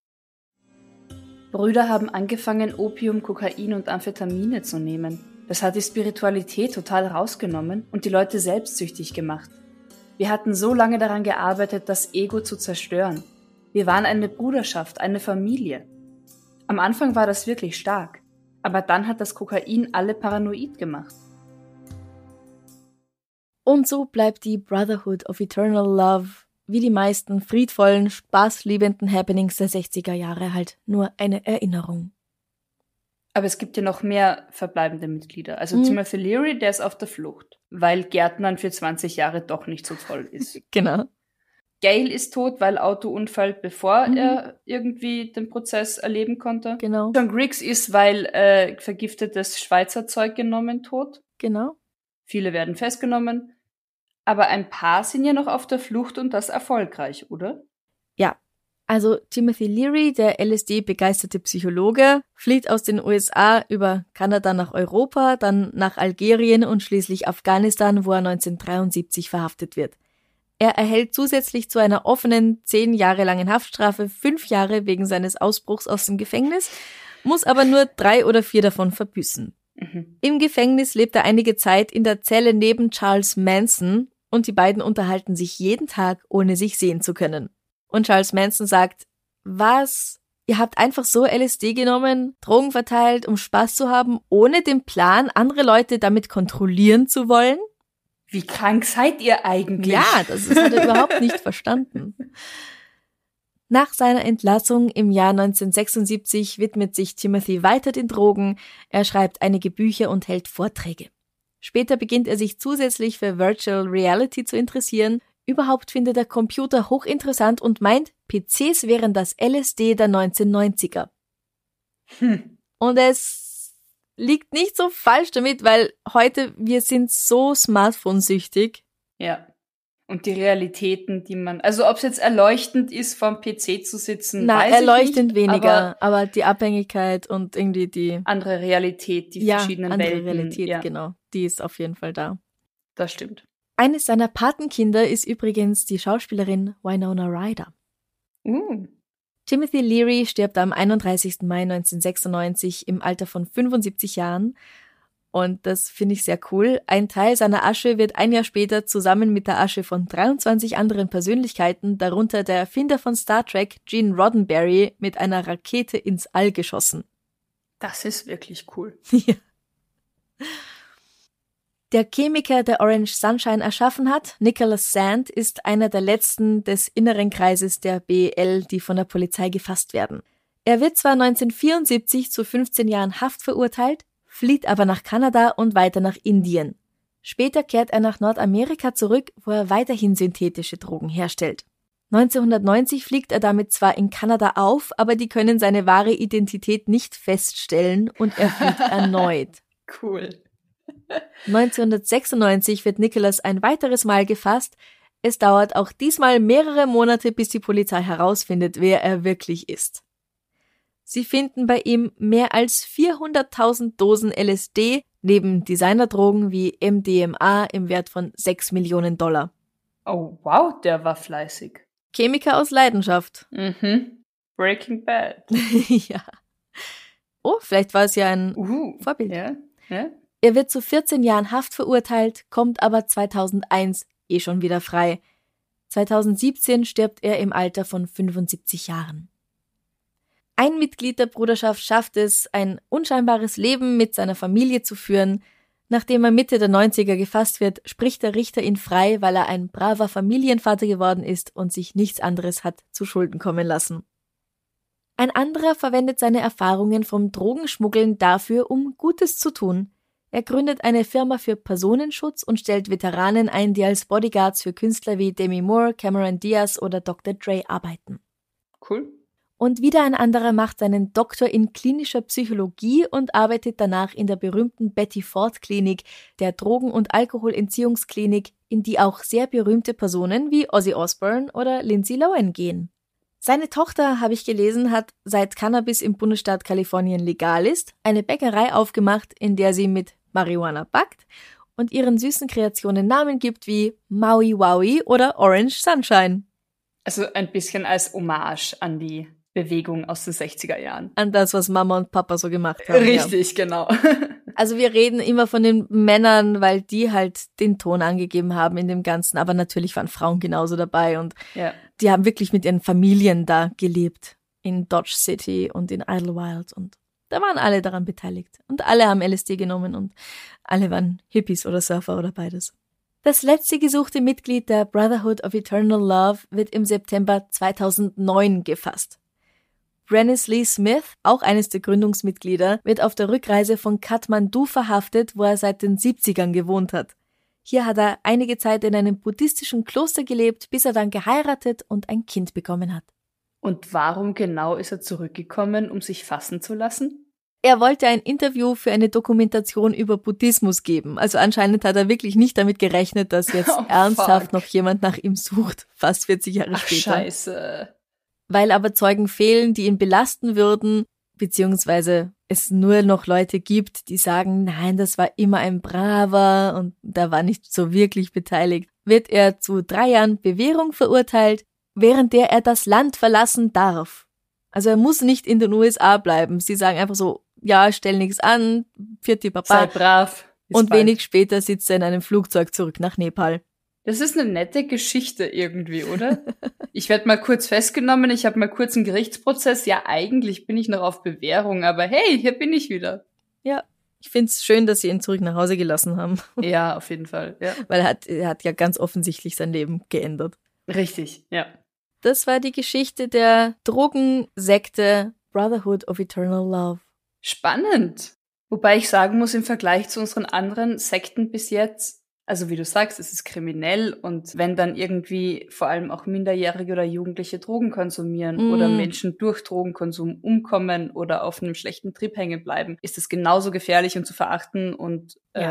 Brüder haben angefangen, Opium, Kokain und Amphetamine zu nehmen. Das hat die Spiritualität total rausgenommen und die Leute selbstsüchtig gemacht. Wir hatten so lange daran gearbeitet, das Ego zu zerstören. Wir waren eine Bruderschaft, eine Familie. Am Anfang war das wirklich stark, aber dann hat das Kokain alle paranoid gemacht. Und so bleibt die Brotherhood of Eternal Love, wie die meisten friedvollen, spaßliebenden Happenings der 60er Jahre halt nur eine Erinnerung. Aber es gibt ja noch mehr verbleibende Mitglieder. Also Timothy Leary, der ist auf der Flucht, weil Gärtnern für 20 Jahre doch nicht so toll ist. Genau. Gale ist tot, weil Autounfall, bevor er irgendwie den Prozess erleben konnte. Genau. John Griggs ist, weil vergiftetes Schweizer Zeug genommen, tot. Genau. Viele werden festgenommen. Aber ein paar sind ja noch auf der Flucht und das erfolgreich, oder? Ja. Also Timothy Leary, der LSD-begeisterte Psychologe, flieht aus den USA über Kanada nach Europa, dann nach Algerien und schließlich Afghanistan, wo er 1973 verhaftet wird. Er erhält zusätzlich zu einer offenen 10 Jahre langen Haftstrafe 5 Jahre wegen seines Ausbruchs aus dem Gefängnis, muss aber nur 3 oder 4 davon verbüßen. Im Gefängnis lebt er einige Zeit in der Zelle neben Charles Manson und die beiden unterhalten sich jeden Tag, ohne sich sehen zu können. Und Charles Manson sagt: Was? Ihr habt einfach so LSD genommen, Drogen verteilt, um Spaß zu haben, ohne den Plan, andere Leute damit kontrollieren zu wollen? Wie krank seid ihr eigentlich? Ja, das hat er überhaupt nicht verstanden. Nach seiner Entlassung im Jahr 1976 widmet sich Timothy weiter den Drogen. Er schreibt einige Bücher und hält Vorträge. Später beginnt er sich zusätzlich für Virtual Reality zu interessieren. Überhaupt findet er Computer hochinteressant und meint, PCs wären das LSD der 1990er. Und es liegt nicht so falsch damit, weil heute wir sind so smartphone-süchtig. Ja. Und die Realitäten, die man, also ob es jetzt erleuchtend ist, vorm PC zu sitzen, weiß ich nicht. Erleuchtend weniger, aber die Abhängigkeit und irgendwie die andere Realität, die verschiedenen andere Welten. Realität, genau. Die ist auf jeden Fall da. Das stimmt. Eines seiner Patenkinder ist übrigens die Schauspielerin Winona Ryder. Timothy Leary stirbt am 31. Mai 1996 im Alter von 75 Jahren. Und das finde ich sehr cool. Ein Teil seiner Asche wird ein Jahr später zusammen mit der Asche von 23 anderen Persönlichkeiten, darunter der Erfinder von Star Trek, Gene Roddenberry, mit einer Rakete ins All geschossen. Das ist wirklich cool. Ja. Der Chemiker, der Orange Sunshine erschaffen hat, Nicholas Sand, ist einer der letzten des inneren Kreises der BEL, die von der Polizei gefasst werden. Er wird zwar 1974 zu 15 Jahren Haft verurteilt, flieht aber nach Kanada und weiter nach Indien. Später kehrt er nach Nordamerika zurück, wo er weiterhin synthetische Drogen herstellt. 1990 fliegt er damit zwar in Kanada auf, aber die können seine wahre Identität nicht feststellen und er flieht erneut. Cool. 1996 wird Nicholas ein weiteres Mal gefasst. Es dauert auch diesmal mehrere Monate, bis die Polizei herausfindet, wer er wirklich ist. Sie finden bei ihm mehr als 400.000 Dosen LSD, neben Designerdrogen wie MDMA im Wert von $6 Millionen. Oh, wow, der war fleißig. Chemiker aus Leidenschaft. Mhm. Breaking Bad. Ja. Oh, vielleicht war es ja ein Vorbild. Ja, ja. Er wird zu 14 Jahren Haft verurteilt, kommt aber 2001 schon wieder frei. 2017 stirbt er im Alter von 75 Jahren. Ein Mitglied der Bruderschaft schafft es, ein unscheinbares Leben mit seiner Familie zu führen. Nachdem er Mitte der 90er gefasst wird, spricht der Richter ihn frei, weil er ein braver Familienvater geworden ist und sich nichts anderes hat zu Schulden kommen lassen. Ein anderer verwendet seine Erfahrungen vom Drogenschmuggeln dafür, um Gutes zu tun. Er gründet eine Firma für Personenschutz und stellt Veteranen ein, die als Bodyguards für Künstler wie Demi Moore, Cameron Diaz oder Dr. Dre arbeiten. Cool. Und wieder ein anderer macht seinen Doktor in klinischer Psychologie und arbeitet danach in der berühmten Betty Ford Klinik, der Drogen- und Alkoholentziehungsklinik, in die auch sehr berühmte Personen wie Ozzy Osbourne oder Lindsay Lohan gehen. Seine Tochter, habe ich gelesen, hat, seit Cannabis im Bundesstaat Kalifornien legal ist, eine Bäckerei aufgemacht, in der sie mit Marihuana backt und ihren süßen Kreationen Namen gibt wie Maui Wowie oder Orange Sunshine. Also ein bisschen als Hommage an die Bewegung aus den 60er Jahren. An das, was Mama und Papa so gemacht haben. Richtig, genau. Also wir reden immer von den Männern, weil die halt den Ton angegeben haben in dem Ganzen, aber natürlich waren Frauen genauso dabei und die haben wirklich mit ihren Familien da gelebt, in Dodge City und in Idlewild und da waren alle daran beteiligt und alle haben LSD genommen und alle waren Hippies oder Surfer oder beides. Das letzte gesuchte Mitglied der Brotherhood of Eternal Love wird im September 2009 gefasst. Brannis Lee Smith, auch eines der Gründungsmitglieder, wird auf der Rückreise von Kathmandu verhaftet, wo er seit den 70ern gewohnt hat. Hier hat er einige Zeit in einem buddhistischen Kloster gelebt, bis er dann geheiratet und ein Kind bekommen hat. Und warum genau ist er zurückgekommen, um sich fassen zu lassen? Er wollte ein Interview für eine Dokumentation über Buddhismus geben. Also anscheinend hat er wirklich nicht damit gerechnet, dass jetzt ernsthaft noch jemand nach ihm sucht, fast 40 Jahre später. Scheiße. Weil aber Zeugen fehlen, die ihn belasten würden, beziehungsweise es nur noch Leute gibt, die sagen, nein, das war immer ein Braver und da war nicht so wirklich beteiligt, wird er zu 3 Jahren Bewährung verurteilt, während der er das Land verlassen darf. Also er muss nicht in den USA bleiben. Sie sagen einfach so, ja, stell nichts an, Pfiat Papa. Sei brav. Und wenig später sitzt er in einem Flugzeug zurück nach Nepal. Das ist eine nette Geschichte irgendwie, oder? Ich werde mal kurz festgenommen, ich habe mal kurz einen Gerichtsprozess. Ja, eigentlich bin ich noch auf Bewährung, aber hey, hier bin ich wieder. Ja, ich find's schön, dass sie ihn zurück nach Hause gelassen haben. Ja, auf jeden Fall, ja. Weil er hat ja ganz offensichtlich sein Leben geändert. Richtig, ja. Das war die Geschichte der Drogensekte Brotherhood of Eternal Love. Spannend. Wobei ich sagen muss, im Vergleich zu unseren anderen Sekten bis jetzt, also wie du sagst, es ist kriminell und wenn dann irgendwie vor allem auch Minderjährige oder Jugendliche Drogen konsumieren oder Menschen durch Drogenkonsum umkommen oder auf einem schlechten Trip hängen bleiben, ist es genauso gefährlich und zu verachten und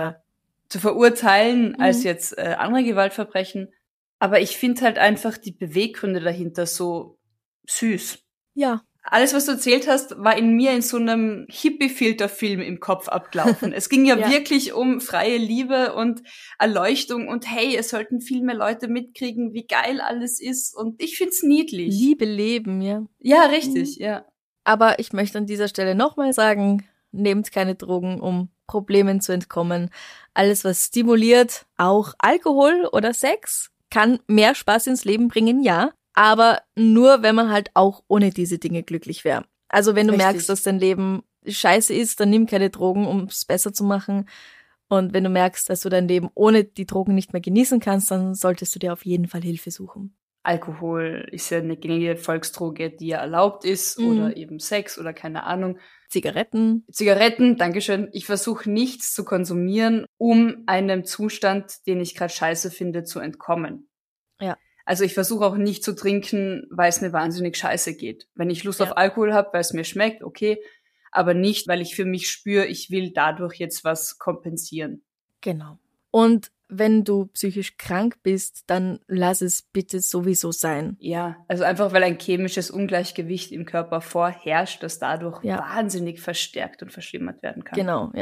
zu verurteilen als jetzt andere Gewaltverbrechen. Aber ich finde halt einfach die Beweggründe dahinter so süß. Ja. Alles, was du erzählt hast, war in mir in so einem Hippie-Filter-Film im Kopf abgelaufen. Es ging ja wirklich um freie Liebe und Erleuchtung und hey, es sollten viel mehr Leute mitkriegen, wie geil alles ist und ich find's niedlich. Liebe leben, ja. Ja, richtig, ja. Aber ich möchte an dieser Stelle nochmal sagen, nehmt keine Drogen, um Problemen zu entkommen. Alles, was stimuliert, auch Alkohol oder Sex, kann mehr Spaß ins Leben bringen, ja. Aber nur, wenn man halt auch ohne diese Dinge glücklich wäre. Also wenn du merkst, dass dein Leben scheiße ist, dann nimm keine Drogen, um es besser zu machen. Und wenn du merkst, dass du dein Leben ohne die Drogen nicht mehr genießen kannst, dann solltest du dir auf jeden Fall Hilfe suchen. Alkohol ist ja eine gängige Volksdroge, die ja erlaubt ist, oder eben Sex oder keine Ahnung. Zigaretten, Dankeschön. Ich versuche nichts zu konsumieren, um einem Zustand, den ich gerade scheiße finde, zu entkommen. Ja. Also ich versuche auch nicht zu trinken, weil es mir wahnsinnig scheiße geht. Wenn ich Lust auf Alkohol habe, weil es mir schmeckt, okay, aber nicht, weil ich für mich spüre, ich will dadurch jetzt was kompensieren. Genau. Und wenn du psychisch krank bist, dann lass es bitte sowieso sein. Ja, also einfach, weil ein chemisches Ungleichgewicht im Körper vorherrscht, das dadurch wahnsinnig verstärkt und verschlimmert werden kann. Genau, ja.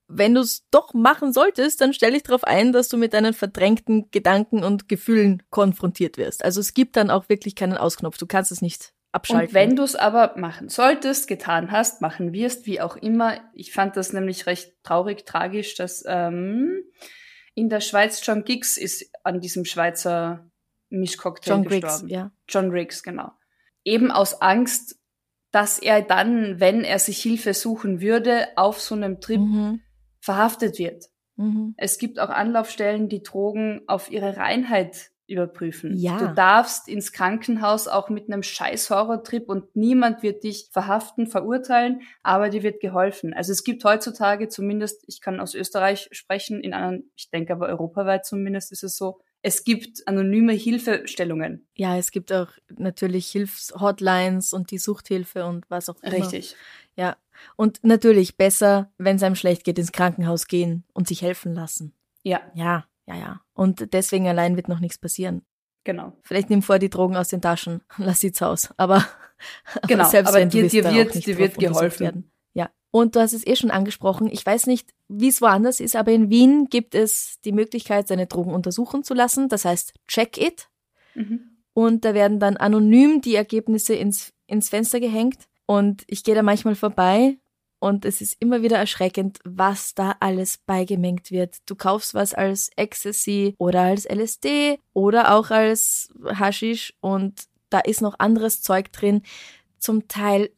wenn du es doch machen solltest, dann stell dich darauf ein, dass du mit deinen verdrängten Gedanken und Gefühlen konfrontiert wirst. Also es gibt dann auch wirklich keinen Ausknopf. Du kannst es nicht abschalten. Und wenn du es aber machen solltest, getan hast, machen wirst, wie auch immer. Ich fand das nämlich recht traurig, tragisch, dass in der Schweiz John Giggs ist an diesem Schweizer Mischcocktail gestorben. Ja. John Riggs, genau. Eben aus Angst, dass er dann, wenn er sich Hilfe suchen würde, auf so einem Trip verhaftet wird. Es gibt auch Anlaufstellen, die Drogen auf ihre Reinheit überprüfen. Ja. Du darfst ins Krankenhaus auch mit einem scheiß Horrortrip und niemand wird dich verhaften, verurteilen, aber dir wird geholfen. Also es gibt heutzutage zumindest, ich kann aus Österreich sprechen, in anderen, ich denke aber europaweit zumindest ist es so, es gibt anonyme Hilfestellungen. Ja, es gibt auch natürlich Hilfshotlines und die Suchthilfe und was auch immer. Richtig. Ja, und natürlich besser, wenn es einem schlecht geht, ins Krankenhaus gehen und sich helfen lassen. Ja. Ja. Und deswegen allein wird noch nichts passieren. Genau. Vielleicht nimm vor die Drogen aus den Taschen, lass sie zu Hause. Aber genau, selbst aber wenn du dir wird geholfen werden. Ja. Und du hast es schon angesprochen. Ich weiß nicht, wie es woanders ist, aber in Wien gibt es die Möglichkeit, seine Drogen untersuchen zu lassen. Das heißt, check it. Und da werden dann anonym die Ergebnisse ins Fenster gehängt. Und ich gehe da manchmal vorbei und es ist immer wieder erschreckend, was da alles beigemengt wird. Du kaufst was als Ecstasy oder als LSD oder auch als Haschisch und da ist noch anderes Zeug drin. Zum Teil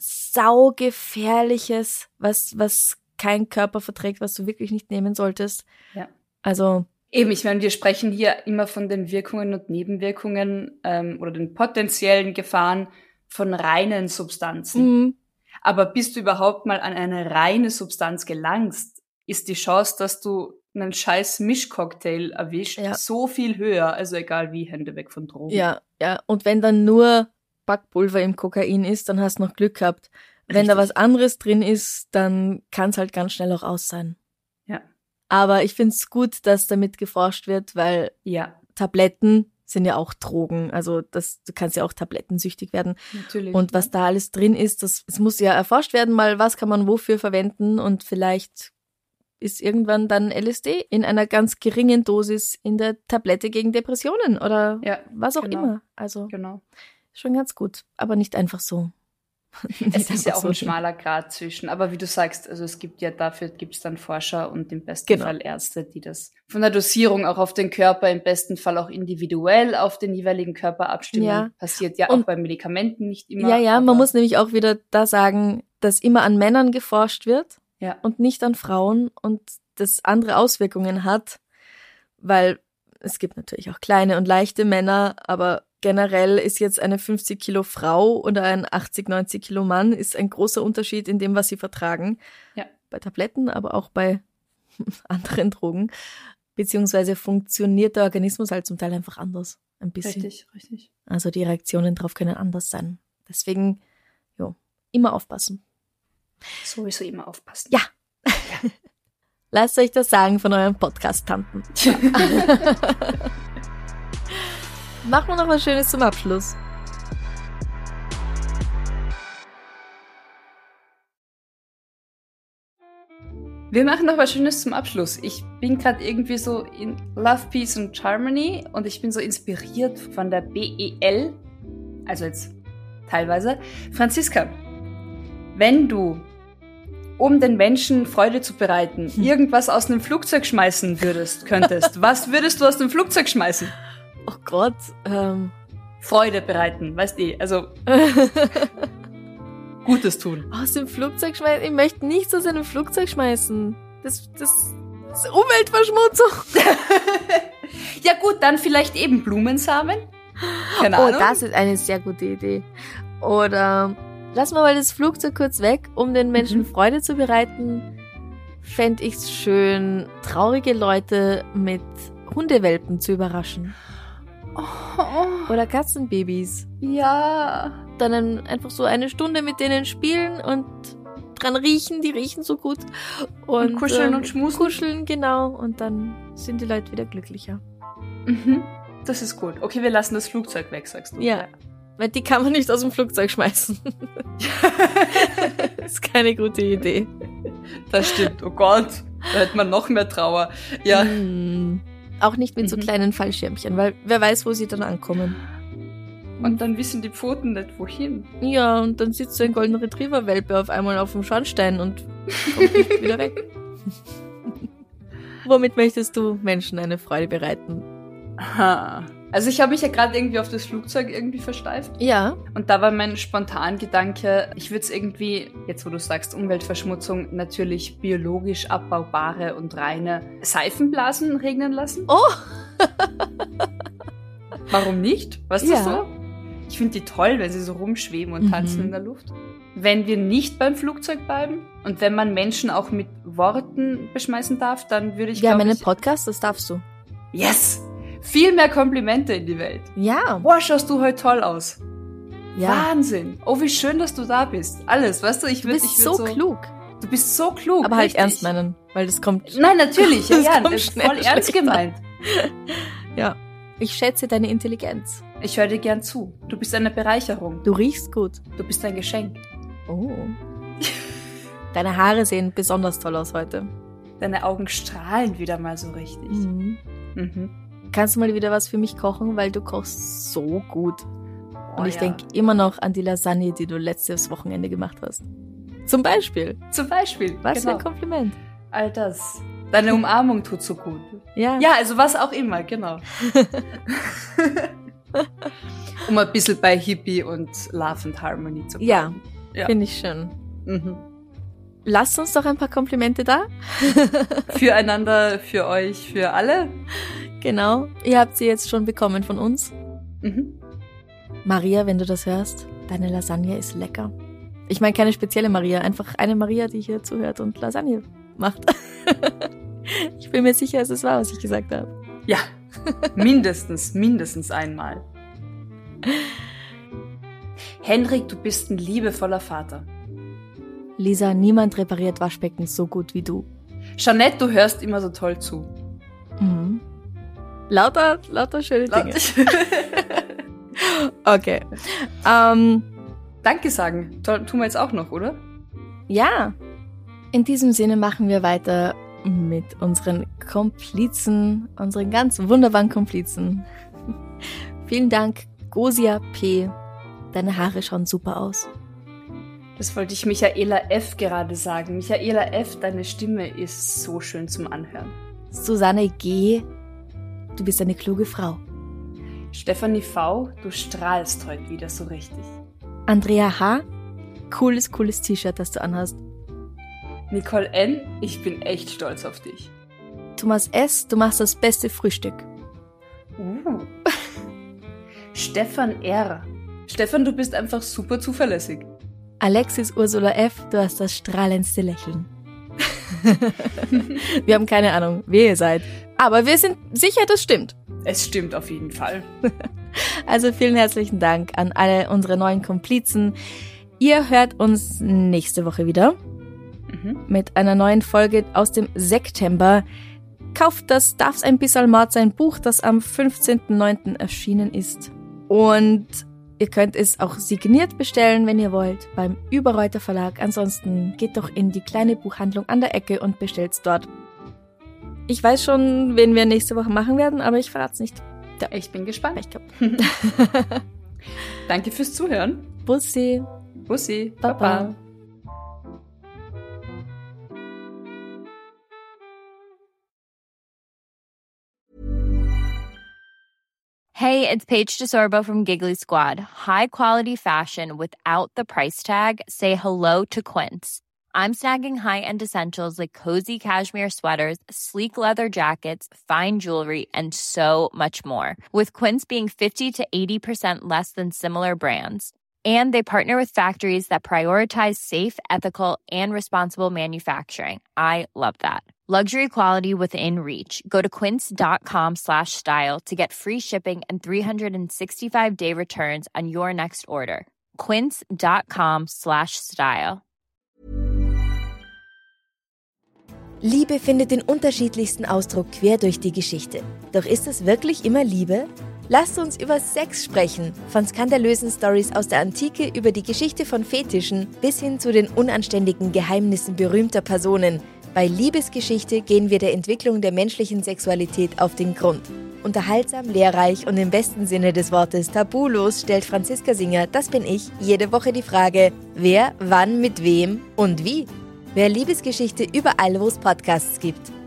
saugefährliches, was kein Körper verträgt, was du wirklich nicht nehmen solltest. Ja. Also eben, ich meine, wir sprechen hier immer von den Wirkungen und Nebenwirkungen oder den potenziellen Gefahren von reinen Substanzen. Aber bis du überhaupt mal an eine reine Substanz gelangst, ist die Chance, dass du einen scheiß Mischcocktail erwischt, so viel höher. Also egal wie, Hände weg von Drogen. Ja. Und wenn dann nur Backpulver im Kokain ist, dann hast du noch Glück gehabt. Wenn da was anderes drin ist, dann kann es halt ganz schnell auch aus sein. Ja. Aber ich finde es gut, dass damit geforscht wird, weil Tabletten sind ja auch Drogen. Also du kannst ja auch tablettensüchtig werden. Natürlich. Und was da alles drin ist, es muss ja erforscht werden, mal was kann man wofür verwenden und vielleicht ist irgendwann dann LSD in einer ganz geringen Dosis in der Tablette gegen Depressionen oder was auch immer. Also schon ganz gut, aber nicht einfach so. Es ist ja auch ein schmaler Grat zwischen, aber wie du sagst, also es gibt ja dafür gibt's dann Forscher und im besten Fall Ärzte, die das von der Dosierung auch auf den Körper, im besten Fall auch individuell auf den jeweiligen Körper abstimmen. Ja. Passiert ja auch bei Medikamenten nicht immer. Ja, man muss nämlich auch wieder da sagen, dass immer an Männern geforscht wird und nicht an Frauen und das andere Auswirkungen hat, weil es gibt natürlich auch kleine und leichte Männer, aber generell ist jetzt eine 50 Kilo Frau oder ein 80, 90 Kilo Mann ist ein großer Unterschied in dem, was sie vertragen. Ja. Bei Tabletten, aber auch bei anderen Drogen. Beziehungsweise funktioniert der Organismus halt zum Teil einfach anders. Ein bisschen. Richtig. Also die Reaktionen drauf können anders sein. Deswegen, immer aufpassen. Sowieso immer aufpassen. Ja. Lasst euch das sagen von euren Podcast-Tanten. Machen wir noch was Schönes zum Abschluss. Wir machen noch was Schönes zum Abschluss. Ich bin gerade irgendwie so in Love, Peace and Harmony und ich bin so inspiriert von der BEL, also jetzt teilweise. Franziska, wenn du, um den Menschen Freude zu bereiten, irgendwas aus einem Flugzeug schmeißen könntest, was würdest du aus dem Flugzeug schmeißen? Oh Gott, Freude bereiten, weißt du, also Gutes tun. Aus dem Flugzeug schmeißen? Ich möchte nichts aus einem Flugzeug schmeißen. Das ist Umweltverschmutzung. Ja gut, dann vielleicht eben Blumensamen. Keine Ahnung. Oh, das ist eine sehr gute Idee. Oder lassen wir mal das Flugzeug kurz weg, um den Menschen Freude zu bereiten. Fände ich es schön, traurige Leute mit Hundewelpen zu überraschen. Oder Katzenbabys. Ja. Dann einfach so eine Stunde mit denen spielen und dran riechen. Die riechen so gut. Und kuscheln und schmusen. Kuscheln, genau. Und dann sind die Leute wieder glücklicher. Das ist gut. Okay, wir lassen das Flugzeug weg, sagst du. Ja. Weil die kann man nicht aus dem Flugzeug schmeißen. Das ist keine gute Idee. Das stimmt. Oh Gott. Da hätte man noch mehr Trauer. Ja. Auch nicht mit so kleinen Fallschirmchen, weil wer weiß, wo sie dann ankommen. Und dann wissen die Pfoten nicht, wohin. Ja, und dann sitzt so ein Golden Retriever-Welpe auf einmal auf dem Schornstein und kommt nicht wieder weg. Womit möchtest du Menschen eine Freude bereiten? Aha. Also ich habe mich ja gerade irgendwie auf das Flugzeug irgendwie versteift. Ja. Und da war mein Spontangedanke, ich würde es irgendwie, jetzt wo du sagst Umweltverschmutzung, natürlich biologisch abbaubare und reine Seifenblasen regnen lassen. Oh! Warum nicht? Weißt du so? Ich finde die toll, wenn sie so rumschweben und tanzen in der Luft. Wenn wir nicht beim Flugzeug bleiben und wenn man Menschen auch mit Worten beschmeißen darf, dann würde ich, Wir haben einen Podcast, das darfst du. Yes! Viel mehr Komplimente in die Welt. Ja. Boah, schaust du heute toll aus. Ja. Wahnsinn. Oh, wie schön, dass du da bist. Alles, weißt du, Du bist so klug. Du bist so klug. Aber halt richtig. ernst meinen, weil das kommt... Nein, natürlich. Das Ja, kommt das ist schnell voll ernst schlechter. gemeint. Ja. Ich schätze deine Intelligenz. Ich höre dir gern zu. Du bist eine Bereicherung. Du riechst gut. Du bist ein Geschenk. Oh. Deine Haare sehen besonders toll aus heute. Deine Augen strahlen wieder mal so richtig. Mhm. Mhm. Kannst du mal wieder was für mich kochen, weil du kochst so gut. Und ich ja. denke immer noch an die Lasagne, die du letztes Wochenende gemacht hast. Zum Beispiel. Zum Beispiel. Was genau. für ein Kompliment. All das. Deine Umarmung tut so gut. Ja. Ja, also was auch immer, genau. Um ein bisschen bei Hippie und Love and Harmony zu bleiben. Ja. Finde ich schön. Mhm. Lasst uns doch ein paar Komplimente da. Füreinander, für euch, für alle. Genau. Ihr habt sie jetzt schon bekommen von uns. Mhm. Maria, wenn du das hörst, deine Lasagne ist lecker. Ich meine keine spezielle Maria, einfach eine Maria, die hier zuhört und Lasagne macht. Ich bin mir sicher, es ist wahr, was ich gesagt habe. Ja, mindestens einmal. Henrik, du bist ein liebevoller Vater. Lisa, niemand repariert Waschbecken so gut wie du. Jeanette, du hörst immer so toll zu. Mhm. Lauter schöne Dinge. Okay. Danke sagen. Tun wir jetzt auch noch, oder? Ja. In diesem Sinne machen wir weiter mit unseren Komplizen, unseren ganz wunderbaren Komplizen. Vielen Dank, Gosia P. Deine Haare schauen super aus. Das wollte ich Michaela F. gerade sagen. Michaela F., deine Stimme ist so schön zum Anhören. Susanne G., du bist eine kluge Frau. Stefanie V., du strahlst heute wieder so richtig. Andrea H., cooles T-Shirt, das du anhast. Nicole N., ich bin echt stolz auf dich. Thomas S., du machst das beste Frühstück. Stefan R., Stefan, du bist einfach super zuverlässig. Alexis Ursula F., du hast das strahlendste Lächeln. Wir haben keine Ahnung, wer ihr seid. Aber wir sind sicher, das stimmt. Es stimmt auf jeden Fall. Also vielen herzlichen Dank an alle unsere neuen Komplizen. Ihr hört uns nächste Woche wieder mit einer neuen Folge aus dem September. Kauft das Darf's ein bisschen Mord sein Buch, das am 15.09. erschienen ist. Und ihr könnt es auch signiert bestellen, wenn ihr wollt, beim Überreuter Verlag. Ansonsten geht doch in die kleine Buchhandlung an der Ecke und bestellt's dort. Ich weiß schon, wen wir nächste Woche machen werden, aber ich verrat's nicht. Ja. Ich bin gespannt. Ich glaub. Danke fürs Zuhören. Bussi. Bussi. Baba. Hey, it's Paige DeSorbo from Giggly Squad. High quality fashion without the price tag. Say hello to Quince. I'm snagging high-end essentials like cozy cashmere sweaters, sleek leather jackets, fine jewelry, and so much more. With Quince being 50 to 80% less than similar brands. And they partner with factories that prioritize safe, ethical, and responsible manufacturing. I love that. Luxury quality within reach. Go to quince.com/style to get free shipping and 365-day returns on your next order. Quince.com/style. Liebe findet den unterschiedlichsten Ausdruck quer durch die Geschichte. Doch ist es wirklich immer Liebe? Lasst uns über Sex sprechen. Von skandalösen Stories aus der Antike über die Geschichte von Fetischen bis hin zu den unanständigen Geheimnissen berühmter Personen. Bei Liebesgeschichte gehen wir der Entwicklung der menschlichen Sexualität auf den Grund. Unterhaltsam, lehrreich und im besten Sinne des Wortes tabulos stellt Franziska Singer, das bin ich, jede Woche die Frage, wer, wann, mit wem und wie. Wer Liebesgeschichte überall, wo es Podcasts gibt.